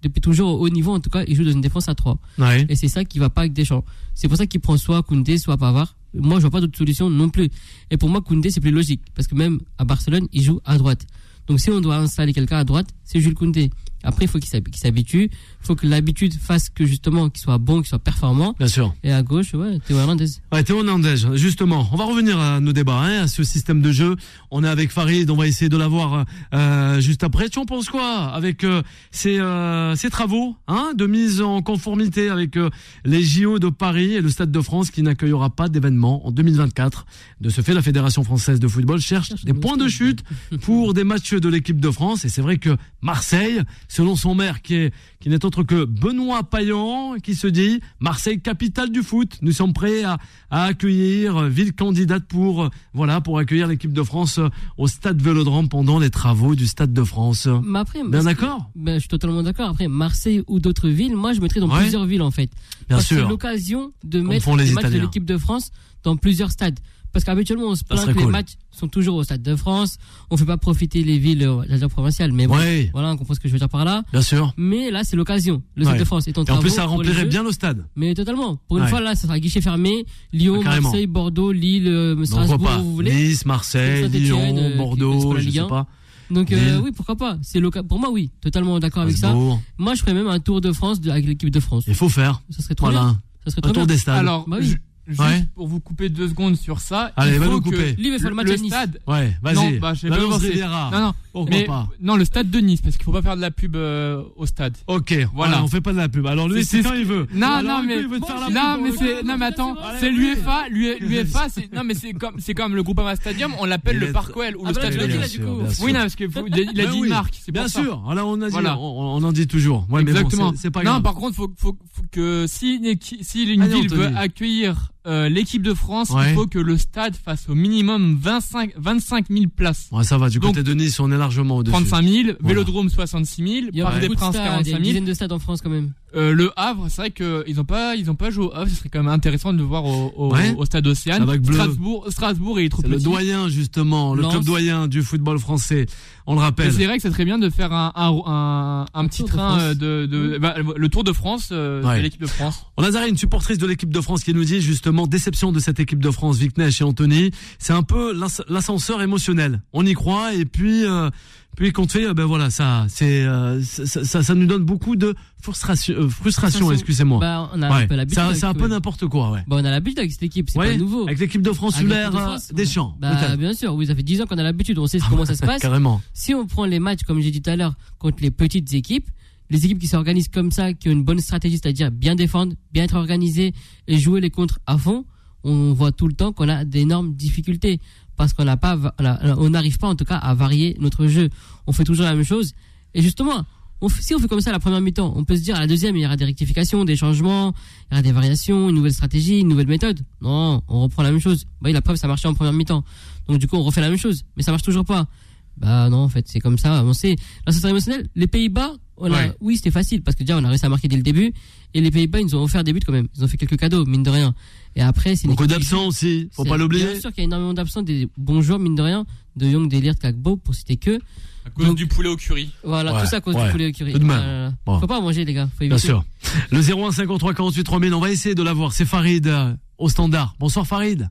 depuis toujours au haut niveau, en tout cas, il joue dans une défense à trois. Ouais. Et c'est ça qui va pas avec Deschamps. C'est pour ça qu'il prend soit Koundé, soit Pavard. Moi, je vois pas d'autre solution non plus. Et pour moi, Koundé, c'est plus logique. Parce que même à Barcelone, il joue à droite. Donc si on doit installer quelqu'un à droite, c'est Jules Koundé. Après, il faut qu'il s'habitue. Il faut que l'habitude fasse que justement, qu'il soit bon, qu'il soit performant. Bien sûr. Et à gauche, ouais, Théo Hernandez. Ouais, Théo Hernandez, justement. On va revenir à nos débats, hein, à ce système de jeu. On est avec Farid, on va essayer de l'avoir euh, juste après. Tu en penses quoi avec euh, ces, euh, ces travaux hein, de mise en conformité avec euh, les J O de Paris et le Stade de France qui n'accueillera pas d'événement en deux mille vingt-quatre. De ce fait, la Fédération française de football cherche des points de chute pour des matchs de l'équipe de France. Et c'est vrai que Marseille, selon son maire qui est qui n'est autre que Benoît Payan, qui se dit Marseille capitale du foot. Nous sommes prêts à, à accueillir ville candidate pour voilà pour accueillir l'équipe de France au Stade Vélodrome pendant les travaux du Stade de France. Mais après, bien d'accord. Ben, je suis totalement d'accord. Après Marseille ou d'autres villes, moi je mettrais dans ouais. plusieurs villes en fait. Bien Parce sûr. que c'est l'occasion de Comme mettre les, les matchs de l'équipe de France dans plusieurs stades. Parce qu'habituellement, on se plaint que cool. les matchs sont toujours au Stade de France. On fait pas profiter les villes, j'allais dire provinciales, mais bon, ouais. voilà, on comprend ce que je veux dire par là. Bien sûr. Mais là, c'est l'occasion. Le Stade ouais. de France est en Et travaux. en plus, ça remplirait bien le stade. Mais totalement. Pour une ouais. fois, là, ça sera guichet fermé. Lyon, ah, Marseille, Bordeaux, Lille, Strasbourg, vous voulez. Nice, Marseille, Lyon, euh, Bordeaux, je sais pas. Donc euh, oui, pourquoi pas. C'est local. Pour moi, oui, totalement d'accord avec ça. Moi, je ferais même un tour de France de, avec l'équipe de France. Il faut faire. Ça serait trop voilà. bien. Ça serait trop un tour bien. des stades. Alors, bah oui. je... Juste ouais. pour vous couper deux secondes sur ça. Allez, il va faut nous que couper. Lui, il faut le match le à Nice. Stade. Ouais, vas-y. Non, bah, j'ai pas pensé. Non, non, pourquoi mais, pas. non, le Stade de Nice, parce qu'il faut pas faire de la pub euh, au stade. Ok, voilà. voilà, on fait pas de la pub. Alors lui, c'est, c'est quand il veut. Non, Alors, non, mais, lui, il veut te faire la non, pub mais c'est, non, mais attends, Allez, c'est oui. l'UEFA, l'UEFA, c'est, non, mais c'est comme, c'est comme le Groupama Stadium, on l'appelle le Parc OL ou le Stade de Nice. Oui, non, parce que il a dit une marque, c'est bien sûr. Alors on a dit, voilà. on en dit toujours. Ouais, exactement. Mais bon, c'est pas grave. Non, par contre, faut, faut, faut que si une, si une ville veut accueillir Euh, l'équipe de France, ouais. il faut que le stade fasse au minimum vingt-cinq, vingt-cinq mille places. Ouais, ça va, du Donc, côté de Nice, on est largement au-dessus. trente-cinq mille, voilà. Vélodrome soixante-six mille, Parc des Princes quarante-cinq mille. Il y a une dizaine de stades en France quand même. Euh, le Havre, c'est vrai qu'ils n'ont pas, ils ont pas joué au Havre, ce serait quand même intéressant de le voir au, au, ouais. au stade Océane. Strasbourg, Strasbourg est trop c'est petit. Le doyen, justement, le Lance. Club doyen du football français. On le rappelle. Et c'est vrai que ça serait bien de faire un, un, un, un, un petit train de, de, bah, le Tour de France, euh, ouais. de l'équipe de France. On a Zara, une supportrice de l'équipe de France qui nous dit justement déception de cette équipe de France, Viknesh et Anthony. C'est un peu l'ascenseur émotionnel. On y croit et puis, euh, puis qu'on fait, ben voilà, ça, c'est, euh, ça, ça, ça nous donne beaucoup de frustration, euh, frustration, excusez-moi. Bah, on a ouais. un peu l'habitude. C'est un peu n'importe quoi, ouais. Bah, on a l'habitude avec cette équipe, c'est ouais. pas nouveau. Avec l'équipe de France sous l'ère Deschamps. Bah, bien sûr, oui, ça fait dix ans qu'on a l'habitude, on sait comment ça se passe. Carrément. Si on prend les matchs, comme j'ai dit tout à l'heure, contre les petites équipes, les équipes qui s'organisent comme ça, qui ont une bonne stratégie, c'est-à-dire bien défendre, bien être organisées et jouer les contres à fond, on voit tout le temps qu'on a d'énormes difficultés parce qu'on n'a pas, on n'arrive pas en tout cas à varier notre jeu. On fait toujours la même chose. Et justement, on fait, si on fait comme ça la première mi-temps, on peut se dire à la deuxième, il y aura des rectifications, des changements, il y aura des variations, une nouvelle stratégie, une nouvelle méthode. Non, on reprend la même chose. Bah, la preuve, ça marchait en première mi-temps. Donc du coup, on refait la même chose, mais ça marche toujours pas. Bah non, en fait, c'est comme ça. On sait. L'ascenseur émotionnel, les Pays-Bas, on a, ouais. oui, c'était facile parce que déjà, on a réussi à marquer dès le début. Et les Pays-Bas, ils nous ont offert des buts quand même. Ils ont fait quelques cadeaux, mine de rien. Et après, c'est beaucoup d'absents aussi. Faut pas l'oublier. Bien sûr qu'il y a énormément d'absents, des bons joueurs, mine de rien, de Young, Delirte, Kagbo, pour citer que. À cause Donc, du poulet au curry. Voilà, ouais, tout ça à cause ouais. du poulet au curry. Tout de même. Euh, bon. Faut pas manger, les gars. Faut éviter. Bien sûr. Le zéro un cinquante-trois quarante-huit trois mille, on va essayer de l'avoir. C'est Farid euh, au standard. Bonsoir Farid.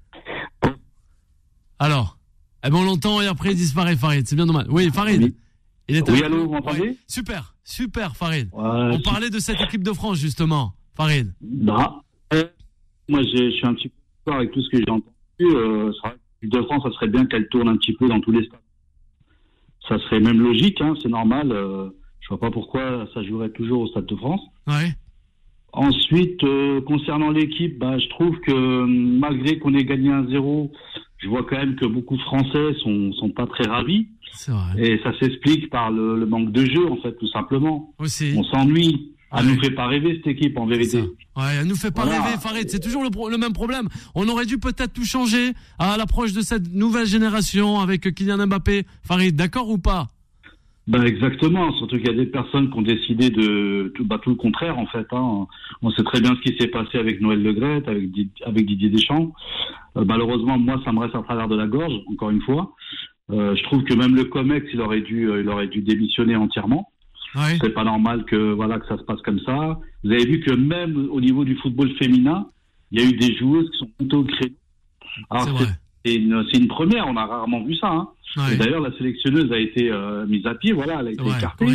Alors. Eh ben on l'entend et après il disparaît Farid, c'est bien dommage. Oui Farid. Oui, il est oui allô, vous m'entendez ouais. Super, super Farid. Ouais, on parlait de cette équipe de France justement, Farid. Bah, euh, moi je suis un petit peu d'accord avec tout ce que j'ai entendu. Euh, l'équipe de France, ça serait bien qu'elle tourne un petit peu dans tous les stades. Ça serait même logique, hein, c'est normal. Euh, je vois pas pourquoi ça jouerait toujours au Stade de France. Ouais. Ensuite, euh, concernant l'équipe, bah, je trouve que malgré qu'on ait gagné un zéro, je vois quand même que beaucoup de Français sont sont pas très ravis. C'est vrai. Et ça s'explique par le, le manque de jeu, en fait, tout simplement. Aussi. On s'ennuie. Ouais. Elle nous fait pas rêver, cette équipe, en vérité. Ouais, elle nous fait pas voilà. rêver, Farid. C'est toujours le, pro- le même problème. On aurait dû peut-être tout changer à l'approche de cette nouvelle génération avec Kylian Mbappé. Farid, d'accord ou pas? Ben exactement, surtout qu'il y a des personnes qui ont décidé de tout, bah, tout le contraire en fait. Hein. On sait très bien ce qui s'est passé avec Noël Le Graët, avec, avec Didier Deschamps. Euh, malheureusement, moi, ça me reste à travers de la gorge, encore une fois. Euh, je trouve que même le Comex, il aurait dû, euh, il aurait dû démissionner entièrement. Ouais. C'est pas normal que voilà que ça se passe comme ça. Vous avez vu que même au niveau du football féminin, il y a eu des joueuses qui sont montées au créneau. Alors c'est, c'est, une, c'est une première, on a rarement vu ça. Hein. Ouais. Et d'ailleurs, la sélectionneuse a été euh, mise à pied, voilà, elle a été ouais, écartée.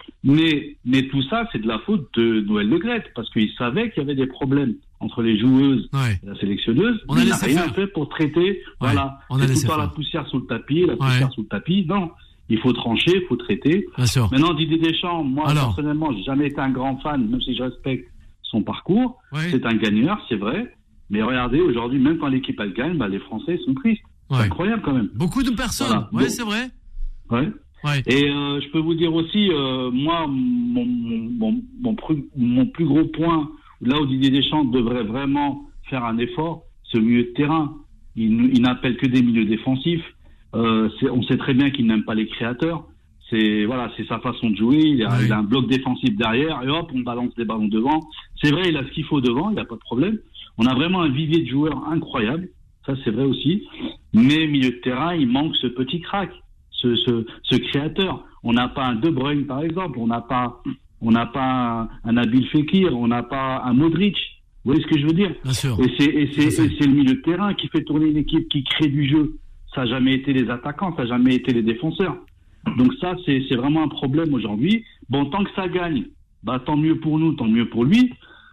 Mais, mais tout ça, c'est de la faute de Noël Le Graët, parce qu'il savait qu'il y avait des problèmes entre les joueuses ouais. et la sélectionneuse. On il n'a rien faire. fait pour traiter, ouais. voilà, on c'est a tout le temps faire. la poussière sous le tapis, la poussière ouais. sous le tapis. Non, il faut trancher, il faut traiter. Bien sûr. Maintenant, Didier Deschamps, moi, Alors. personnellement, j'ai jamais été un grand fan, même si je respecte son parcours. Ouais. C'est un gagneur, c'est vrai. Mais regardez, aujourd'hui, même quand l'équipe elle gagne, bah, les Français sont tristes. Ouais. C'est incroyable quand même. Beaucoup de personnes, voilà. ouais, Donc, c'est vrai. Ouais. Ouais. Et euh, je peux vous dire aussi, euh, moi, mon, mon, mon, mon, plus, mon plus gros point, là où Didier Deschamps devrait vraiment faire un effort, c'est au milieu de terrain. Il, il n'appelle que des milieux défensifs. Euh, c'est, on sait très bien qu'il n'aime pas les créateurs. C'est voilà, c'est sa façon de jouer. Il a, ouais. il a un bloc défensif derrière et hop, on balance des ballons devant. C'est vrai, il a ce qu'il faut devant, il n'y a pas de problème. On a vraiment un vivier de joueurs incroyable. Ça, c'est vrai aussi. Mais milieu de terrain, il manque ce petit crack. Ce, ce, ce créateur. On n'a pas un De Bruyne, par exemple. On n'a pas, on n'a pas un, un Nabil Fekir. On n'a pas un Modric. Vous voyez ce que je veux dire? Bien sûr. Et c'est, et c'est, et c'est le milieu de terrain qui fait tourner une équipe, qui crée du jeu. Ça n'a jamais été les attaquants, ça n'a jamais été les défenseurs. Donc ça, c'est, c'est vraiment un problème aujourd'hui. Bon, tant que ça gagne, bah, tant mieux pour nous, tant mieux pour lui.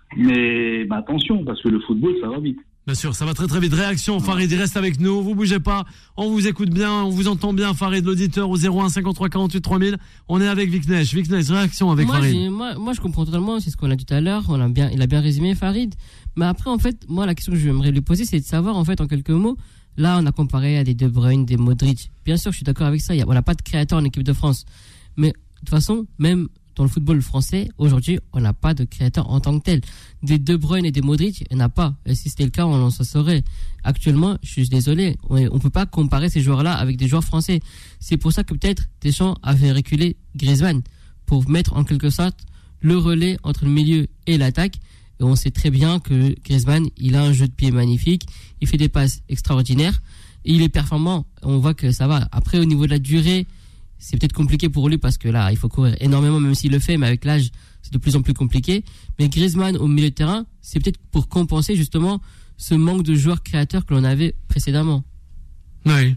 Mais bah, attention, parce que le football, ça va vite. Bien sûr, ça va très très vite. Réaction, Farid, il reste avec nous. Vous bougez pas. On vous écoute bien, on vous entend bien, Farid, l'auditeur, au zéro un cinquante-trois quarante-huit trois mille. On est avec Viknesh. Viknesh, réaction avec moi, Farid. J'ai, moi, moi, je comprends totalement. C'est ce qu'on a dit tout à l'heure. On a bien, il a bien résumé, Farid. Mais après, en fait, moi, la question que j'aimerais lui poser, c'est de savoir, en fait, en quelques mots. Là, on a comparé à des De Bruyne, des Modric. Bien sûr, je suis d'accord avec ça. Il y a, on n'a pas de créateur en équipe de France. Mais, de toute façon, même dans le football français, aujourd'hui, on n'a pas de créateur en tant que tel. Des De Bruyne et des Modric, il n'y en a pas. Et si c'était le cas, on en saurait. Actuellement, je suis désolé, on ne peut pas comparer ces joueurs-là avec des joueurs français. C'est pour ça que peut-être Deschamps a fait reculer Griezmann pour mettre en quelque sorte le relais entre le milieu et l'attaque. Et on sait très bien que Griezmann, il a un jeu de pied magnifique, il fait des passes extraordinaires, et il est performant. On voit que ça va. Après, au niveau de la durée, c'est peut-être compliqué pour lui parce que là, il faut courir énormément, même s'il le fait, mais avec l'âge, c'est de plus en plus compliqué. Mais Griezmann au milieu de terrain, c'est peut-être pour compenser justement ce manque de joueurs créateurs que l'on avait précédemment. Oui.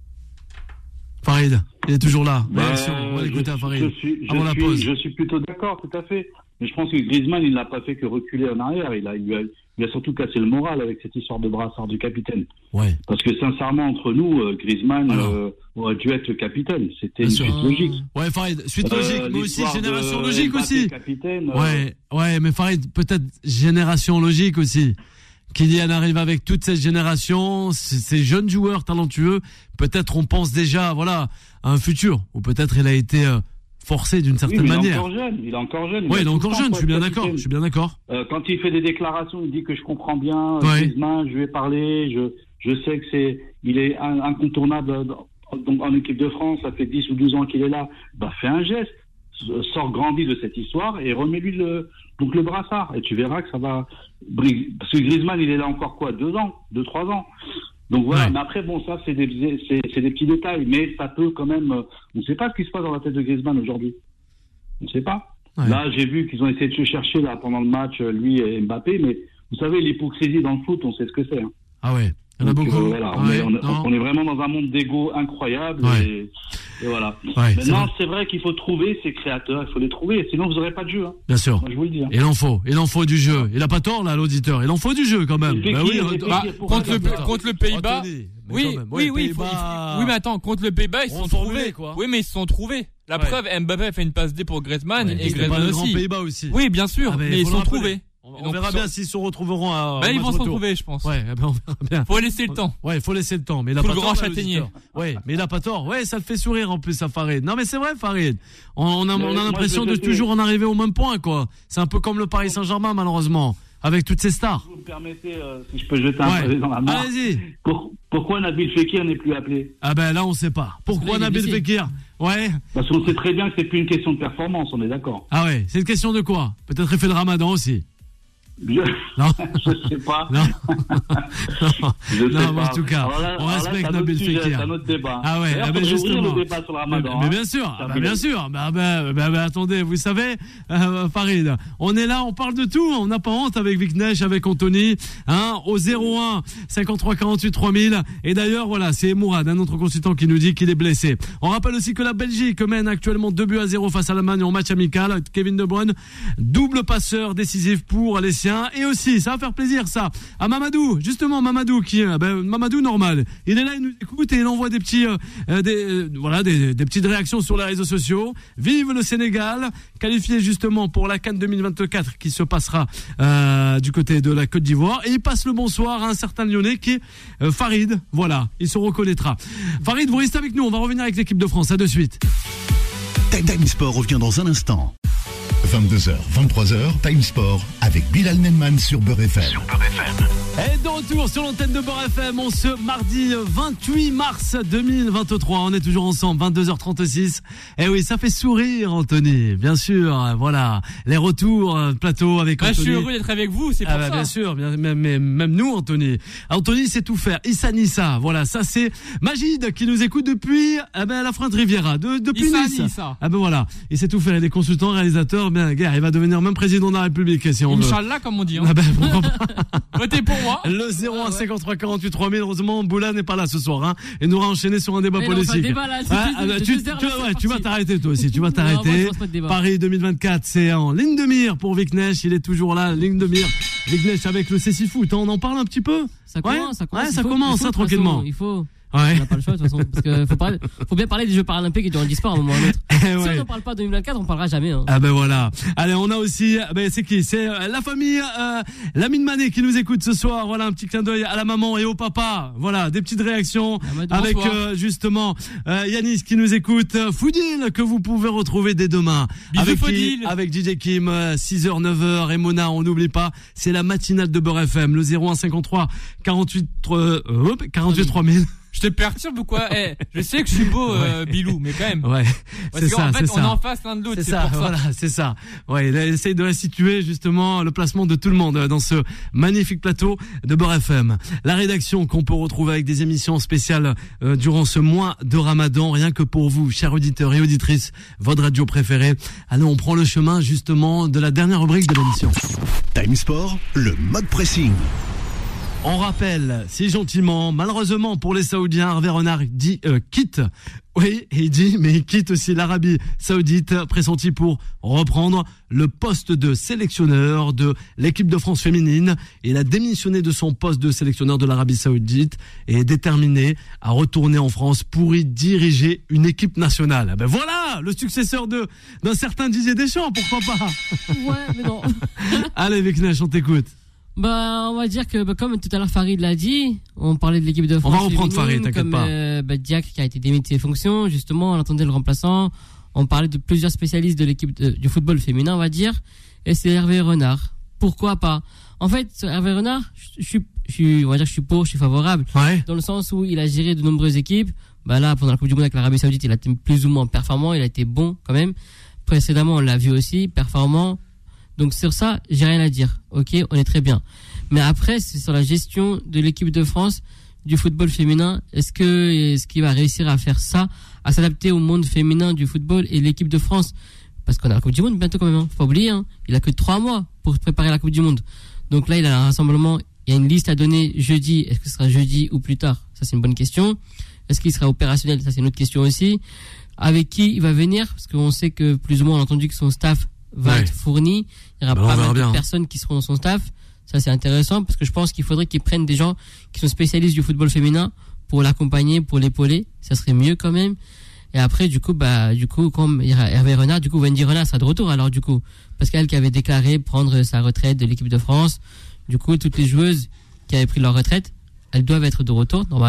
Farid, il est toujours là. Bah, Réaction, on va l'écouter à Farid. Je suis, je, avant la suis, pause. je suis plutôt d'accord, tout à fait. Mais je pense que Griezmann, il n'a pas fait que reculer en arrière. Il a, il a, il a surtout cassé le moral avec cette histoire de brassard du capitaine. Ouais. Parce que sincèrement, entre nous, euh, Griezmann euh, aurait dû être le capitaine. C'était Bien une sûr. suite logique. Ouais, Farid, suite logique, euh, mais aussi génération logique Mbappé, aussi. Capitaine, ouais, euh... ouais, mais Farid, peut-être génération logique aussi. Kylian arrive avec toute cette génération, ces jeunes joueurs talentueux. Peut-être on pense déjà, voilà, à un futur. Ou peut-être il a été euh, forcé d'une certaine oui, mais manière. Il est encore jeune. Il est encore jeune. Oui, il est encore jeune. Je suis bien d'accord. Je suis bien d'accord. Euh, quand il fait des déclarations, il dit que je comprends bien. Ouais. Griezmann, je vais parler. Je, je sais que c'est, il est un, incontournable. Donc en équipe de France, ça fait dix ou douze ans qu'il est là. Bah, fais un geste, sors grandi de cette histoire et remets-lui le, donc le brassard. Et tu verras que ça va. Parce que Griezmann, il est là encore quoi, deux ans, deux trois ans. Donc voilà. Ouais. Mais après, bon, ça c'est des, c'est, c'est des petits détails, mais ça peut quand même. On ne sait pas ce qui se passe dans la tête de Griezmann aujourd'hui. On ne sait pas. Ouais. Là, j'ai vu qu'ils ont essayé de se chercher là pendant le match, lui et Mbappé, mais vous savez, l'hypocrisie dans le foot, on sait ce que c'est. Hein. Ah ouais. Il y en a beaucoup. Euh, voilà, on, ouais, est, on, est, on est vraiment dans un monde d'ego incroyable. Ouais. Et, et voilà. Ouais, Maintenant, c'est vrai. c'est vrai qu'il faut trouver ces créateurs, il faut les trouver, sinon vous n'aurez pas de jeu. Hein. Bien sûr. Moi, je vous le dis. Hein. Il en faut, il en faut du jeu. Il n'a pas tort là, l'auditeur. Il en faut du jeu quand même. Bah oui, bah, contre, le, contre le Pays-Bas. Oui, oui, oui, oui, faut, oui, mais attends, contre le Pays-Bas, ils se sont trouvés. Quoi. Oui, mais ils se sont trouvés. La ouais. preuve, Mbappé a fait une passe D pour Griezmann ouais, et Griezmann aussi. Pays-Bas aussi. Oui, bien sûr, ah, mais, mais ils se sont trouvés. On, on verra bien s'ils se retrouveront à. Bah, ils vont se retrouver, je pense. Ouais, ben on verra bien. Faut laisser le temps. Ouais, faut laisser le temps. Mais il a Tout pas le tort. grand châtaignier. Ouais, mais il a pas tort. Ouais, ça le fait sourire en plus à Farid. Non, mais c'est vrai, Farid. On, on a, on a l'impression de toujours en arriver au même point, quoi. C'est un peu comme le Paris Saint-Germain, malheureusement, avec toutes ces stars. Si vous me permettez, euh, si je peux jeter un pavé dans la main. Allez-y. Pour, pourquoi Nabil Fekir n'est plus appelé? Ah ben là, on sait pas. Pourquoi Nabil Fekir? Ouais. Parce qu'on sait très bien que c'est plus une question de performance, on est d'accord. Ah ouais, c'est une question de quoi? Peut-être effet de Ramadan aussi. Je... Non, je sais pas. Non, non, je sais non pas. en tout cas, là, on respecte là, Nabil Fekir. C'est un autre débat. Ah ouais, ah ben justement. Le débat sur le Ramadan, mais, hein. mais bien sûr, ah bah bien sûr. Bah, bah, bah, bah, attendez, vous savez, euh, Farid, on est là, on parle de tout. On n'a pas honte avec Viknesh, avec Anthony, hein, au zéro un cinquante-trois quarante-huit trois mille. Et d'ailleurs, voilà, c'est Mourad, un autre consultant qui nous dit qu'il est blessé. On rappelle aussi que la Belgique mène actuellement deux buts à zéro face à l'Allemagne en match amical. Kevin De Bruyne, double passeur décisif pour les siens. Et aussi, ça va faire plaisir ça à Mamadou, justement Mamadou qui ben, Mamadou normal, il est là, il nous écoute et il envoie des petits euh, des euh, voilà des, des petites réactions sur les réseaux sociaux. Vive le Sénégal, qualifié justement pour la CAN deux mille vingt-quatre qui se passera euh, du côté de la Côte d'Ivoire, et il passe le bonsoir à un certain Lyonnais qui est euh, Farid, voilà, il se reconnaîtra. Farid, vous restez avec nous, on va revenir avec l'équipe de France, à de suite. Time Sport revient dans un instant. vingt-deux heures, vingt-trois heures, Time Sport avec Bilal Nenman sur Beurre F M. Sur Beurre F M. Et de retour sur l'antenne de Beurre F M, on ce mardi vingt-huit mars deux mille vingt-trois. On est toujours ensemble, vingt-deux heures trente-six. Et oui, ça fait sourire, Anthony. Bien sûr, voilà. Les retours, plateau avec bah, Anthony. Je suis heureux d'être avec vous, c'est pour ah bah, ça. Bien sûr, bien, même, même, même nous, Anthony. Anthony sait tout faire. Issa Nissa, voilà, ça c'est Magid qui nous écoute depuis eh ben, la Freinte Riviera, de, depuis Issa Nice. Nissa. Ah ben voilà, il sait tout faire. Il est consultant, réalisateur, bien, gars, il va devenir même président de la République si on veut. Inch'Allah, comme on dit. Hein. Ah ben, pourquoi pas. Votez pour moi. Le zéro un cinquante-trois quarante-huit trois mille. Heureusement, Boula n'est pas là ce soir, hein. Et nous aura enchaîné sur un débat mais politique. non, débat, là, ah, ah, bah, tu, tu, tu, ouais, tu vas t'arrêter toi aussi. Tu vas t'arrêter. Non, moi, Paris deux mille vingt-quatre, c'est en ligne de mire pour Viknesh. Il est toujours là, ligne de mire. Viknesh avec le C six Foot. On en parle un petit peu. Ça commence, ouais ça commence. Ouais, ça faut, commence, ça tranquillement. Il faut. Ouais. On n'a pas le choix de toute façon, parce que faut, parler, faut bien parler des Jeux paralympiques et du handisport à un moment ou à un autre. ouais. Si on n'en parle pas de deux mille vingt-quatre, on parlera jamais. Hein. Ah ben voilà. Allez, on a aussi, ben c'est qui? C'est euh, la famille euh, Lamine Mané qui nous écoute ce soir. Voilà, un petit clin d'œil à la maman et au papa. Voilà, des petites réactions ah, avec euh, justement euh, Yanis qui nous écoute. Foudil que vous pouvez retrouver dès demain. Bisous avec Foudil. Qui, avec D J Kim, euh, six heures neuf heures et Mona, on n'oublie pas, c'est la matinale de Beurre F M, le zéro un cinquante-trois quarante-huit euh, quarante-huit trois mille. Je te perturbe ou quoi? Eh, je sais que je suis beau, euh, ouais. Bilou, mais quand même. Ouais. Parce c'est qu'en ça, fait, c'est on ça. est en face l'un de l'autre. C'est, c'est ça, pour ça. Voilà, c'est ça. Ouais, il essaye de restituer justement le placement de tout le monde dans ce magnifique plateau de Beurre F M. La rédaction qu'on peut retrouver avec des émissions spéciales euh, durant ce mois de Ramadan, rien que pour vous, chers auditeurs et auditrices, votre radio préférée. Allez, on prend le chemin justement de la dernière rubrique de l'émission. Time Sport, le mode pressing. On rappelle, si gentiment, malheureusement pour les Saoudiens, Hervé Renard dit euh, quitte. Oui, il dit, mais il quitte aussi l'Arabie Saoudite, pressenti pour reprendre le poste de sélectionneur de l'équipe de France féminine. Il a démissionné de son poste de sélectionneur de l'Arabie Saoudite et est déterminé à retourner en France pour y diriger une équipe nationale. Ben voilà, le successeur de d'un certain Didier Deschamps, pourquoi pas? Ouais, mais non. Allez, Viknesh, on t'écoute. Bah, on va dire que, bah, comme tout à l'heure Farid l'a dit, on parlait de l'équipe de France. On va reprendre Farid, t'inquiète comme, pas. Euh, bah, Diac qui a été démis de ses fonctions, justement, on attendait le remplaçant. On parlait de plusieurs spécialistes de l'équipe de, du football féminin, on va dire. Et c'est Hervé Renard. Pourquoi pas? En fait, Hervé Renard, je suis, je suis, on va dire, je suis pour, je suis favorable. Ouais. Dans le sens où il a géré de nombreuses équipes. Bah là, pendant la Coupe du Monde avec l'Arabie Saoudite, il a été plus ou moins performant, il a été bon quand même. Précédemment, on l'a vu aussi, performant. Donc sur ça, j'ai rien à dire. Ok, on est très bien. Mais après, c'est sur la gestion de l'équipe de France du football féminin. Est-ce que est-ce qu'il va réussir à faire ça, à s'adapter au monde féminin du football et l'équipe de France? Parce qu'on a la Coupe du Monde bientôt quand même. Hein. Faut pas oublier. Hein. Il a que trois mois pour préparer la Coupe du Monde. Donc là, il a un rassemblement. Il y a une liste à donner jeudi. Est-ce que ce sera jeudi ou plus tard? Ça, c'est une bonne question. Est-ce qu'il sera opérationnel? Ça, c'est une autre question aussi. Avec qui il va venir? Parce qu'on sait que plus ou moins, on a entendu que son staff va ouais. être fourni. Il y aura bah, pas mal de bien. personnes qui seront dans son staff. Ça, c'est intéressant parce que je pense qu'il faudrait qu'ils prennent des gens qui sont spécialistes du football féminin pour l'accompagner, pour l'épauler. Ça serait mieux quand même. Et après, du coup, bah, du coup, comme il y a Hervé Renard, du coup, Wendy Renard sera de retour alors, du coup. Parce qu'elle qui avait déclaré prendre sa retraite de l'équipe de France. Du coup, toutes les joueuses qui avaient pris leur retraite, elles doivent être de retour, normalement.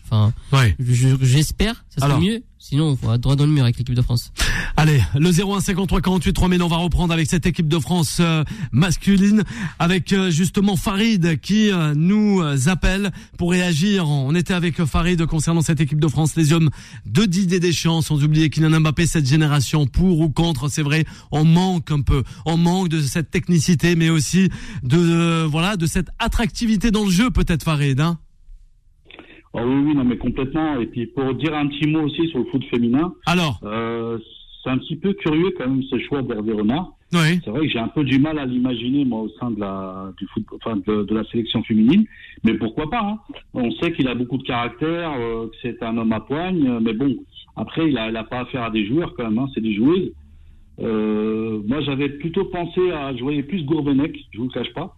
Enfin, ouais. je, j'espère, ça sera Alors. mieux. Sinon, on va droit dans le mur avec l'équipe de France. Allez, le zéro un cinquante-trois quarante-huit trois mille, on va reprendre avec cette équipe de France euh, masculine, avec euh, justement Farid qui euh, nous euh, appelle pour réagir. On était avec Farid concernant cette équipe de France, les hommes de Didier Deschamps, sans oublier Kylian Mbappé, cette génération, pour ou contre, c'est vrai, on manque un peu, on manque de cette technicité, mais aussi de euh, voilà, de cette attractivité dans le jeu, peut-être Farid, hein. Oh oui, oui, non, mais complètement. Et puis, pour dire un petit mot aussi sur le foot féminin. Alors euh, c'est un petit peu curieux, quand même, ce choix d'Hervé Renard. Oui. C'est vrai que j'ai un peu du mal à l'imaginer, moi, au sein de la, du foot, enfin, de, de la sélection féminine. Mais pourquoi pas, hein. On sait qu'il a beaucoup de caractère, euh, que c'est un homme à poigne. Mais bon, après, il a, il a pas affaire à des joueurs, quand même, hein. C'est des joueuses. Euh, moi, j'avais plutôt pensé à, je voyais plus Gourvenec, je vous le cache pas.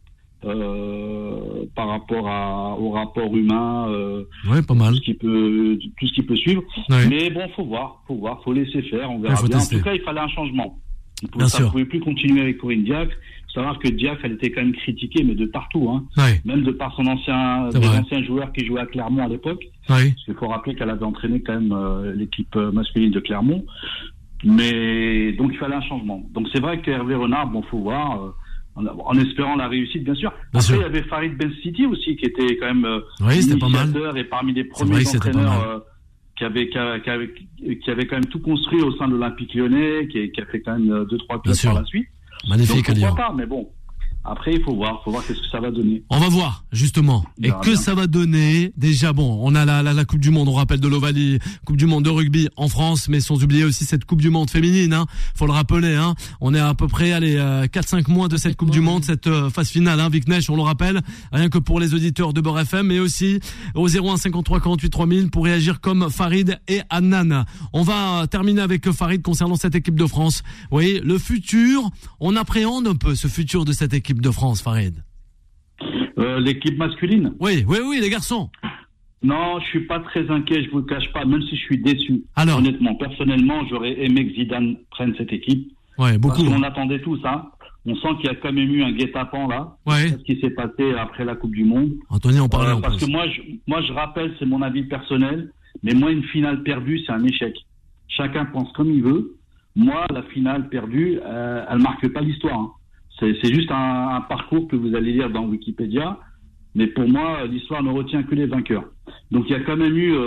Euh, par rapport à, au rapport humain, euh, ouais, pas mal. Tout ce qui peut, tout ce qui peut suivre. Ouais. Mais bon, faut voir, faut voir, faut laisser faire, on verra ouais, bien. Tester. En tout cas, il fallait un changement. Il pouvait, bien ça sûr. ne pouvait plus continuer avec Corinne Diacre. Il faut savoir que Diacre, elle était quand même critiquée, mais de partout, hein. Ouais. Même de par son ancien, des anciens joueurs qui jouaient à Clermont à l'époque. Ouais. Parce qu'il faut rappeler qu'elle avait entraîné quand même euh, l'équipe masculine de Clermont. Mais donc il fallait un changement. Donc c'est vrai que Hervé Renard, bon, faut voir. Euh, En, en espérant la réussite, bien sûr. Bien Après, sûr. il y avait Farid Ben City aussi, qui était quand même euh, oui, c'était pas mal. et parmi les C'est premiers vrai que c'était pas entraîneurs mal. euh, qui, avait, qui, avait, qui, avait, qui avait quand même tout construit au sein de l'Olympique Lyonnais, qui, qui a fait quand même deux, trois clubs par la suite. Magnifique à Donc, pourquoi dire. pas, mais bon. Après, il faut voir, faut voir qu'est-ce que ça va donner. On va voir, justement. Et Bien, que bien. ça va donner. Déjà, bon, on a la, la, la Coupe du Monde, on rappelle, de l'Ovalie, Coupe du Monde de rugby en France, mais sans oublier aussi cette Coupe du Monde féminine, hein. Faut le rappeler, hein. On est à peu près, allez, euh, quatre cinq mois de cette Coupe du Monde, cette euh, phase finale, hein. Vic Neige, on le rappelle. Rien que pour les auditeurs de Beurre F M, mais aussi au zéro un cinquante-trois quarante-huit trois mille pour réagir comme Farid et Annan. On va terminer avec Farid concernant cette équipe de France. Oui, le futur, on appréhende un peu ce futur de cette équipe de France, Farid. Euh, l'équipe masculine? Oui, oui, oui, les garçons. Non, je suis pas très inquiet, je vous le cache pas, même si je suis déçu. Alors. Honnêtement, personnellement, j'aurais aimé que Zidane prenne cette équipe. Ouais, beaucoup. Parce qu'on attendait tous, hein. On sent qu'il y a quand même eu un guet-apens là. Ouais. Ce qui s'est passé après la Coupe du Monde. Anthony en parlait Euh, en parce plus. que moi, je, moi, je rappelle, c'est mon avis personnel, mais moi, une finale perdue, c'est un échec. Chacun pense comme il veut. Moi, la finale perdue, euh, elle marque pas l'histoire, hein. C'est, c'est juste un, un parcours que vous allez lire dans Wikipédia. Mais pour moi, l'histoire ne retient que les vainqueurs. Donc il y a quand même eu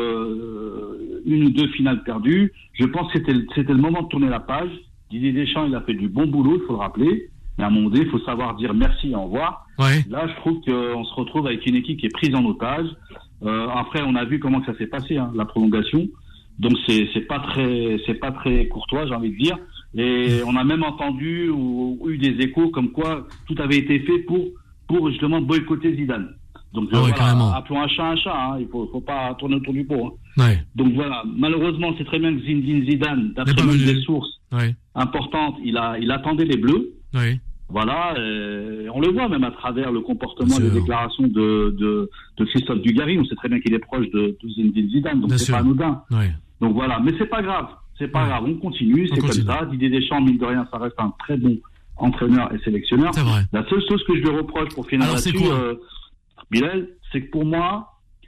euh, une ou deux finales perdues. Je pense que c'était, c'était le moment de tourner la page. Didier Deschamps, il a fait du bon boulot, il faut le rappeler. Mais à un moment donné, il faut savoir dire merci et au revoir. Ouais. Là, je trouve qu'on se retrouve avec une équipe qui est prise en otage. Euh, après, on a vu comment que ça s'est passé, hein, la prolongation. Donc c'est, c'est pas très, c'est pas très courtois, j'ai envie de dire. Et on a même entendu ou, ou eu des échos comme quoi tout avait été fait pour pour justement boycotter Zidane. Donc Ah ouais, voilà, carrément. appelons un chat un chat, hein. Il faut, faut pas tourner autour du pot, hein. Ouais. Donc voilà, malheureusement, c'est très bien que Zinedine Zidane, N'est d'après pas même venu. des sources Ouais. importantes, il a il attendait les Bleus. Ouais. Voilà, euh, on le voit même à travers le comportement Bien et les sûr. déclarations de, de, de Christophe Dugarry. On sait très bien qu'il est proche de, de Zinedine Zidane, donc Bien c'est sûr. pas anodin. Ouais. Donc voilà, mais c'est pas grave, c'est pas Ouais. grave, on continue, On c'est continue. comme ça. Didier Deschamps, mine de rien, ça reste un très bon entraîneur et sélectionneur. C'est vrai. La seule chose que je lui reproche pour finir Alors, c'est là-dessus, quoi euh, Bilal, c'est que pour moi,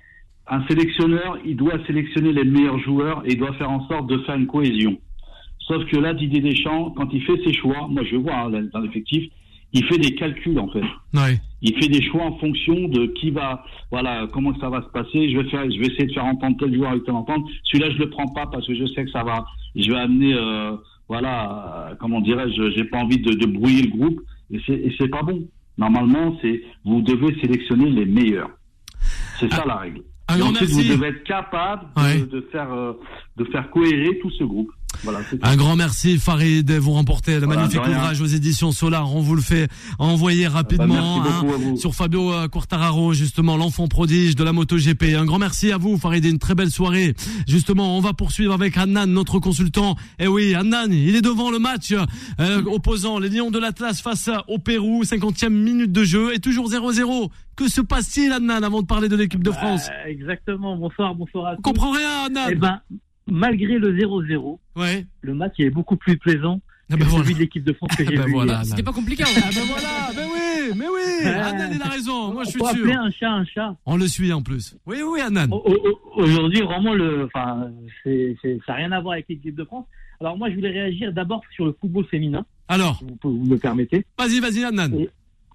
un sélectionneur, il doit sélectionner les meilleurs joueurs et il doit faire en sorte de faire une cohésion. Sauf que là, Didier Deschamps, quand il fait ses choix, moi je vois hein, dans l'effectif, il fait des calculs en fait. Ouais. Il fait des choix en fonction de qui va, voilà, comment que ça va se passer. Je vais faire, je vais essayer de faire entendre tel joueur avec tel entendre. Celui-là, je le prends pas parce que je sais que ça va. Je vais amener, euh, voilà, euh, comment dirais-je, j'ai pas envie de, de brouiller le groupe. Et c'est, et c'est pas bon. Normalement, c'est, vous devez sélectionner les meilleurs. C'est ça Ah, la règle. un Et grand ensuite, merci. vous devez être capable de, Ouais. de faire, euh, de faire cohérer tout ce groupe. Voilà, c'est tout. Un grand merci Farid, vous remportez le Voilà, magnifique de rien. ouvrage aux éditions Solar, on vous le fait envoyer rapidement merci beaucoup hein, à vous. sur Fabio euh, Quartararo, justement l'enfant prodige de la MotoGP. Un grand merci à vous Farid et une très belle soirée. Justement, on va poursuivre avec Annan, notre consultant. Eh oui, Annan, il est devant le match euh, opposant les Lions de l'Atlas face au Pérou, cinquantième minute de jeu et toujours zéro zéro. Que se passe-t-il Annan avant de parler de l'équipe de France? Euh, exactement, bonsoir, bonsoir à On tous. comprend rien Annan. Eh ben, malgré le zéro zéro, Ouais. le match est beaucoup plus plaisant Ah que ben celui voilà. de l'équipe de France que Ah j'ai ben vu voilà, hier. Annan. C'était pas compliqué. Ah ben voilà, ben oui. mais oui, Adnan, il a raison. Moi, je suis sûr. On peut sûr. appeler un chat un chat. On le suit en plus. Oui, oui, Adnan. Aujourd'hui, vraiment, le, enfin, c'est, c'est, ça n'a rien à voir avec l'équipe de France. Alors, moi, je voulais réagir d'abord sur le football féminin. Alors, si vous, vous me permettez. Vas-y, vas-y, Adnan. Et,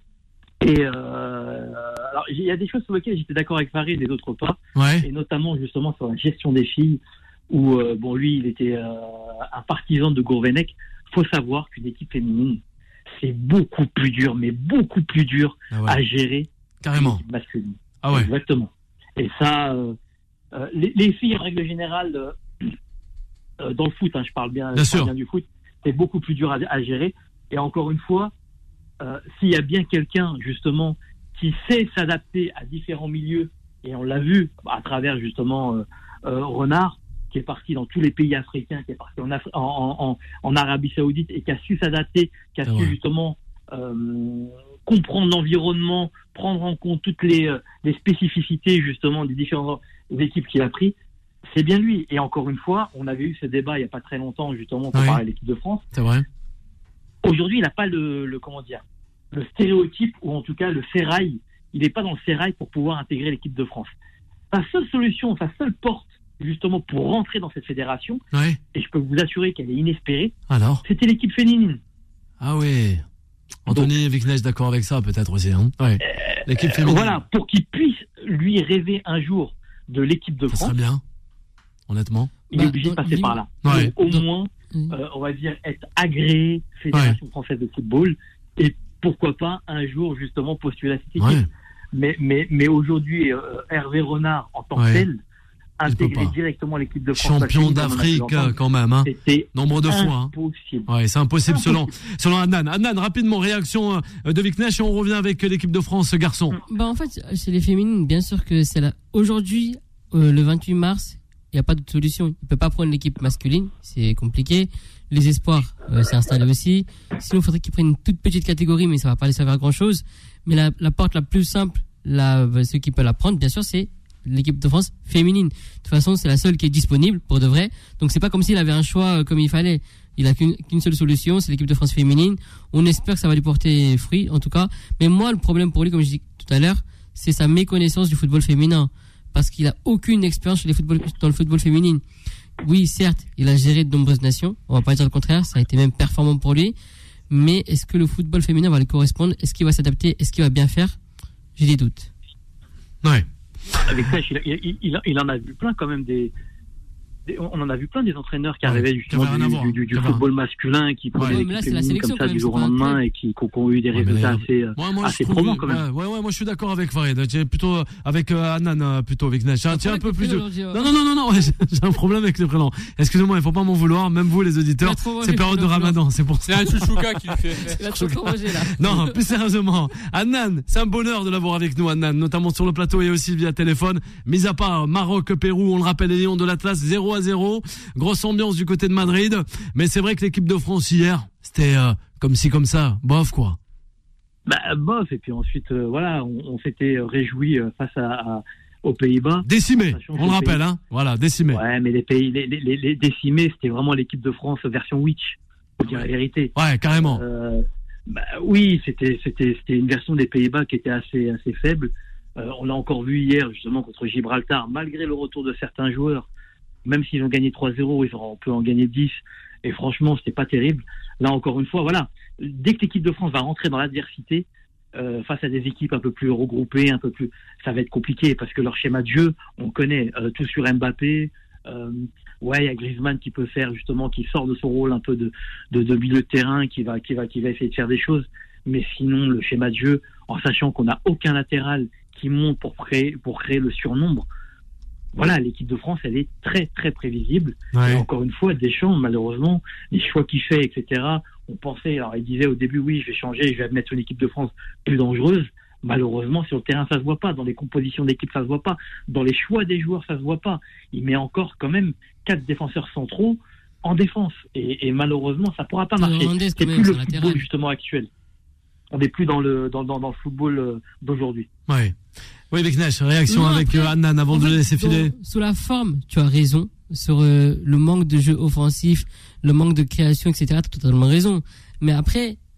et euh, alors, il y a des choses sur lesquelles j'étais d'accord avec Farid et d'autres pas. Ouais. Et notamment, justement, sur la gestion des filles, où, euh, bon, lui, il était euh, un partisan de Gourvenec. Il faut savoir qu'une équipe féminine, c'est beaucoup plus dur, mais beaucoup plus dur ah ouais. à gérer Carrément. qu'une équipe masculine. Ah ouais. Exactement. Et ça, euh, euh, les, les filles, en règle générale, euh, euh, dans le foot, hein, je parle bien, bien, je parle bien du foot, c'est beaucoup plus dur à, à gérer. Et encore une fois, euh, s'il y a bien quelqu'un, justement, qui sait s'adapter à différents milieux, et on l'a vu à travers, justement, euh, euh, Renard, qui est parti dans tous les pays africains, qui est parti en, Afri- en, en, en Arabie Saoudite, et qui a su s'adapter, qui a ah su, ouais. justement, euh, comprendre l'environnement, prendre en compte toutes les, euh, les spécificités, justement, des différentes équipes qu'il a pris, c'est bien lui. Et encore une fois, on avait eu ce débat il n'y a pas très longtemps, justement, pour oui. parler de l'équipe de France. C'est vrai. Aujourd'hui, il n'a pas le, le, comment dire, le stéréotype, ou en tout cas le sérail. Il n'est pas dans le sérail pour pouvoir intégrer l'équipe de France. Sa seule solution, sa seule porte, justement, pour rentrer dans cette fédération, oui. et je peux vous assurer qu'elle est inespérée, alors c'était l'équipe féminine. Ah oui. Anthony Viknesh, d'accord avec ça, peut-être aussi. Hein ouais. euh, l'équipe féminine. Voilà, pour qu'il puisse, lui, rêver un jour de l'équipe de ça France. Ça serait bien, honnêtement. Il bah, est obligé de passer par là. Ouais. Au moins, euh, on va dire, être agréé Fédération ouais. française de football, et pourquoi pas, un jour, justement, postuler à cette équipe. Ouais. Mais, mais, mais aujourd'hui, euh, Hervé Renard, en tant ouais. que tel, intégrer directement l'équipe de France. Champion d'Afrique, quand même, hein. C'était nombre de impossible. fois. Hein. Ouais, c'est impossible, impossible. selon, selon Adnan. Adnan, rapidement, réaction de Viknesh et on revient avec l'équipe de France, garçon. Bah, en fait, chez les féminines, bien sûr que c'est là. Aujourd'hui, euh, le vingt-huit mars, il n'y a pas d'autre solution. Il ne peut pas prendre l'équipe masculine. C'est compliqué. Les espoirs, euh, c'est installé aussi. Sinon, il faudrait qu'ils prennent une toute petite catégorie, mais ça ne va pas les servir à grand chose. Mais la, la porte la plus simple, la, ceux qui peuvent la prendre, bien sûr, c'est l'équipe de France féminine. De toute façon, c'est la seule qui est disponible pour de vrai. Donc c'est pas comme s'il avait un choix comme il fallait. Il a qu'une, qu'une seule solution, c'est l'équipe de France féminine. On espère que ça va lui porter fruit, en tout cas. Mais moi, le problème pour lui, comme je dis tout à l'heure, c'est sa méconnaissance du football féminin, parce qu'il a aucune expérience sur les football, dans le football féminin. Oui, certes, il a géré de nombreuses nations. On va pas dire le contraire. Ça a été même performant pour lui. Mais est-ce que le football féminin va lui correspondre? Est-ce qu'il va s'adapter? Est-ce qu'il va bien faire? J'ai des doutes. Ouais. Avec ça, il, il, il, il en a vu plein quand même des, des on en a vu plein des entraîneurs qui ouais, arrivaient justement du, voir, du, du, du football masculin, qui prenaient ouais, l'équipe féminine comme ça du jour au lendemain et qui, qui ont eu des ouais, résultats assez, ouais, moi, assez probants quand même. Ouais, ouais, moi je suis d'accord avec Farid. Tiens, plutôt avec euh, Adnan, plutôt avec Nash. Tiens un peu plus de. Non, non, non, non, non. J'ai un problème avec les prénoms. Excusez-moi, il faut pas m'en vouloir. Même vous, les auditeurs, c'est période de Ramadan, c'est pour ça. C'est un chouchouka qui le fait. Il a trop mangé là. Non, plus sérieusement, Adnan, c'est un bonheur de l'avoir avec nous, Adnan, notamment sur le plateau et aussi via téléphone. Mis à part Maroc, Pérou, on le rappelle, les Lions de l'Atlas, zéro à zéro. Grosse ambiance du côté de Madrid. Mais c'est vrai que l'équipe de France hier, c'était euh, comme ci, comme ça. Bof, quoi. Bah, bof. Et puis ensuite, euh, voilà, on, on s'était réjoui euh, face à, à, aux Pays-Bas. Décimés, on le rappelle, pays... hein. Voilà, décimés. Ouais, mais les pays, les, les, les décimés, c'était vraiment l'équipe de France version Witch. Faut dire la vérité. Ouais, carrément. Euh, bah, oui, c'était, c'était, c'était une version des Pays-Bas qui était assez, assez faible. Euh, on l'a encore vu hier, justement, contre Gibraltar, malgré le retour de certains joueurs. Même s'ils ont gagné trois zéro, on peut en gagner dix. Et franchement, c'était pas terrible. Là, encore une fois, voilà. Dès que l'équipe de France va rentrer dans l'adversité, euh, face à des équipes un peu plus regroupées, un peu plus, ça va être compliqué parce que leur schéma de jeu, on connaît euh, tout sur Mbappé. Euh, ouais, il y a Griezmann qui peut faire justement, qui sort de son rôle un peu de, de, de milieu de terrain, qui va, qui va, qui va essayer de faire des choses. Mais sinon, le schéma de jeu, en sachant qu'on n'a aucun latéral qui monte pour créer, pour créer le surnombre. Voilà, l'équipe de France, elle est très, très prévisible. Ouais. Et encore une fois, Deschamps, malheureusement, les choix qu'il fait, et cetera, on pensait, alors il disait au début, oui, je vais changer, je vais mettre une équipe de France plus dangereuse. Malheureusement, sur le terrain, ça se voit pas. Dans les compositions d'équipe, ça se voit pas. Dans les choix des joueurs, ça se voit pas. Il met encore quand même quatre défenseurs centraux en défense. Et, et malheureusement, ça pourra pas marcher. C'est plus le football, justement, actuel. On n'est plus dans le, dans, dans, dans le football d'aujourd'hui. Ouais. Oui, Viknesh, réaction non, avec après, Adnan avant de le laisser filer. Sous la forme, tu as raison. Sur euh, le manque de jeu offensif, le manque de création, et cetera, tu as totalement raison. Mais après,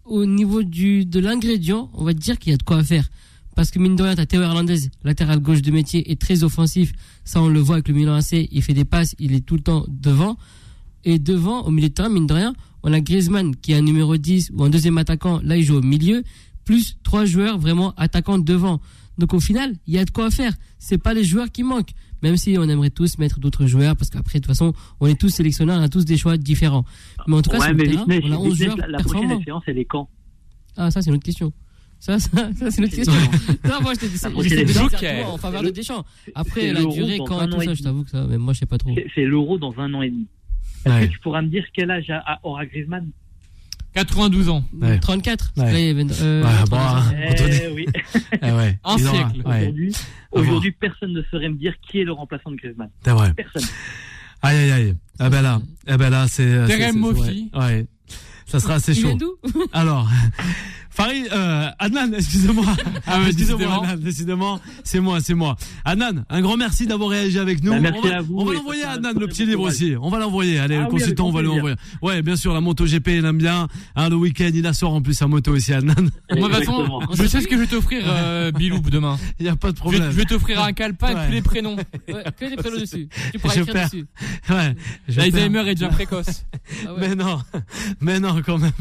au niveau du, de l'ingrédient, on va te dire qu'il y a de quoi faire. Parce que mine de rien, t'as Théo Hernandez, latéral gauche de métier, est très offensif. Ça, on le voit avec le Milan A C. Il fait des passes, il est tout le temps devant. Et devant, au milieu de terrain, mine de rien, on a Griezmann qui est un numéro dix ou un deuxième attaquant. Là, il joue au milieu. Plus trois joueurs vraiment attaquants devant. Donc au final, il y a de quoi faire. C'est pas les joueurs qui manquent. Même si on aimerait tous mettre d'autres joueurs, parce qu'après, de toute façon, on est tous sélectionnés, on a tous des choix différents. Mais en tout cas, ouais, sur le terrain, Vitesse, on a onze joueurs la, la prochaine échéance, elle est quand? Ah, ça, c'est une autre question. Ça, ça, ça c'est une autre question. Non, moi, je t'ai dit, c'est Joker en faveur de Deschamps. Après, c'est la durée, quand et tout ça, je t'avoue que ça, mais moi, je sais pas trop. C'est, c'est l'Euro dans un an et demi. Est-ce ouais. que tu pourras me dire quel âge a, a, aura Griezmann? quatre-vingt-douze ans. Ouais. trente-quatre. Ouais. Euh, ouais, bon, eh, oui. eh ouais. Un Il siècle. Aura, aujourd'hui, ouais. aujourd'hui personne ne saurait me dire qui est le remplaçant de Griezmann. C'est vrai. Personne. Aïe, aïe, aïe. Ah ben là, ah ben là, c'est... Terem Mofi. Ouais. ouais. Ça sera assez chaud. Alors... Farid, euh, Adnan, excusez-moi. Ah ouais, excusez-moi, Adnan, décidément, c'est moi, c'est moi. Adnan, un grand merci d'avoir réagi avec nous. Bah, merci on va, à vous. On va l'envoyer à Adnan, le petit livre aussi. On va l'envoyer. Allez, ah, le oui, consultant, on va lui envoyer. Ouais, bien sûr, la moto G P, il aime bien. Hein, le week-end, il la sort en plus, sa moto aussi, Adnan. Moi, de toute façon, je sais ce que je vais t'offrir, euh, Bilou, demain. Il n'y a pas de problème. Je vais, je vais t'offrir un calepin avec ouais. tous les prénoms. Ouais, que des prénoms dessus. Tu pourras je écrire perds. dessus. Ouais. L'Alzheimer est déjà précoce. Ah ouais. Mais non. Mais non, quand même.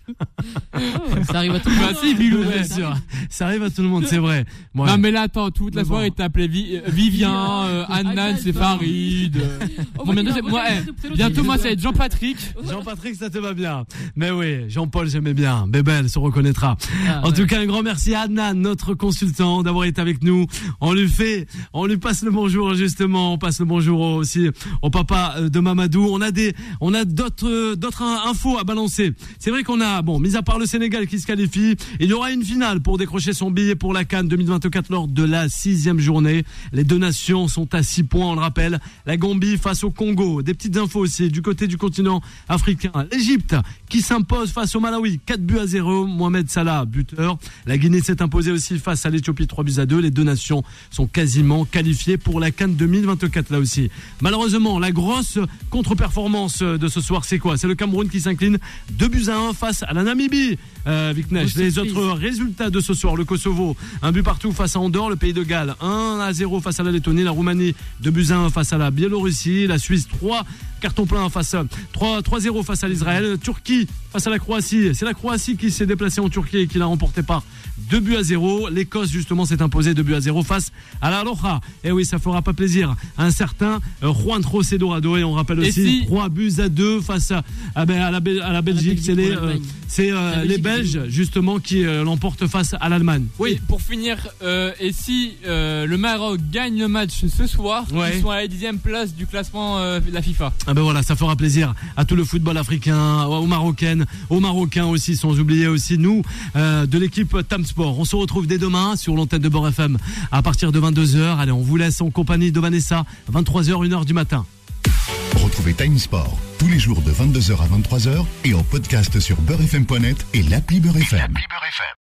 Oh, ça arrive à tout le monde. Bah si, Bilou. Bien sûr. Ça arrive à tout le monde, c'est vrai. Ouais. Non mais là attends, toute la mais soirée bon. T'appelais Vi- Vivien, euh, Annan, c'est Farid. Oh, bon, bientôt, moi, eh, bientôt moi ça va être Jean-Patrick. Jean-Patrick, ça te va bien. Mais oui, Jean-Paul, j'aimais bien. Bébel se reconnaîtra. Ah, en ouais. tout cas, un grand merci à Adnan, notre consultant, d'avoir été avec nous. On lui fait, on lui passe le bonjour justement. On passe le bonjour aussi au papa de Mamadou. On a des, on a d'autres, d'autres infos à balancer. C'est vrai qu'on a, bon, mis à part le Sénégal qui se qualifie, il y aura une finale pour décrocher son billet pour la CAN deux mille vingt-quatre lors de la sixième journée. Les deux nations sont à six points, on le rappelle. La Gambie face au Congo. Des petites infos aussi du côté du continent africain. L'Égypte qui s'impose face au Malawi, quatre buts à zéro. Mohamed Salah, buteur. La Guinée s'est imposée aussi face à l'Éthiopie, trois buts à deux. Les deux nations sont quasiment qualifiées pour la CAN deux mille vingt-quatre là aussi. Malheureusement, la grosse contre-performance de ce soir, c'est quoi? C'est le Cameroun qui s'incline deux buts à un face à la Namibie. Euh, Viknesh, les autres résultats de ce soir: le Kosovo, un but partout face à Andorre, le Pays de Galles, un à zéro face à la Lettonie, la Roumanie, deux buts à un face à la Biélorussie, la Suisse, trois cartons pleins face à trois à zéro face à l'Israël, Turquie face à la Croatie. C'est la Croatie qui s'est déplacée en Turquie et qui l'a remporté par deux buts à zéro. L'Écosse justement s'est imposée deux buts à zéro face à la Roja. Et oui, ça fera pas plaisir à un certain Juan José Dorado. Et on rappelle aussi si... trois buts à deux face à, à, ben, à, la, à la Belgique. C'est les, euh, c'est, euh, les Belges justement qui euh, l'emportent face à l'Allemagne. Oui, et pour finir, euh, et si euh, le Maroc gagne le match ce soir, ouais. Ils sont à la dixième place du classement euh, de la FIFA. Ah ben voilà, ça fera plaisir à tout le football africain, aux Marocaines, aux Marocains aussi, sans oublier aussi nous euh, de l'équipe Tam Sport. On se retrouve dès demain sur l'antenne de Beurre F M à partir de vingt-deux heures. Allez, on vous laisse en compagnie de Vanessa, vingt-trois heures, une heure du matin. Retrouvez Time Sport tous les jours de vingt-deux heures à vingt-trois heures et en podcast sur beurre f m point net et l'appli Beurre F M.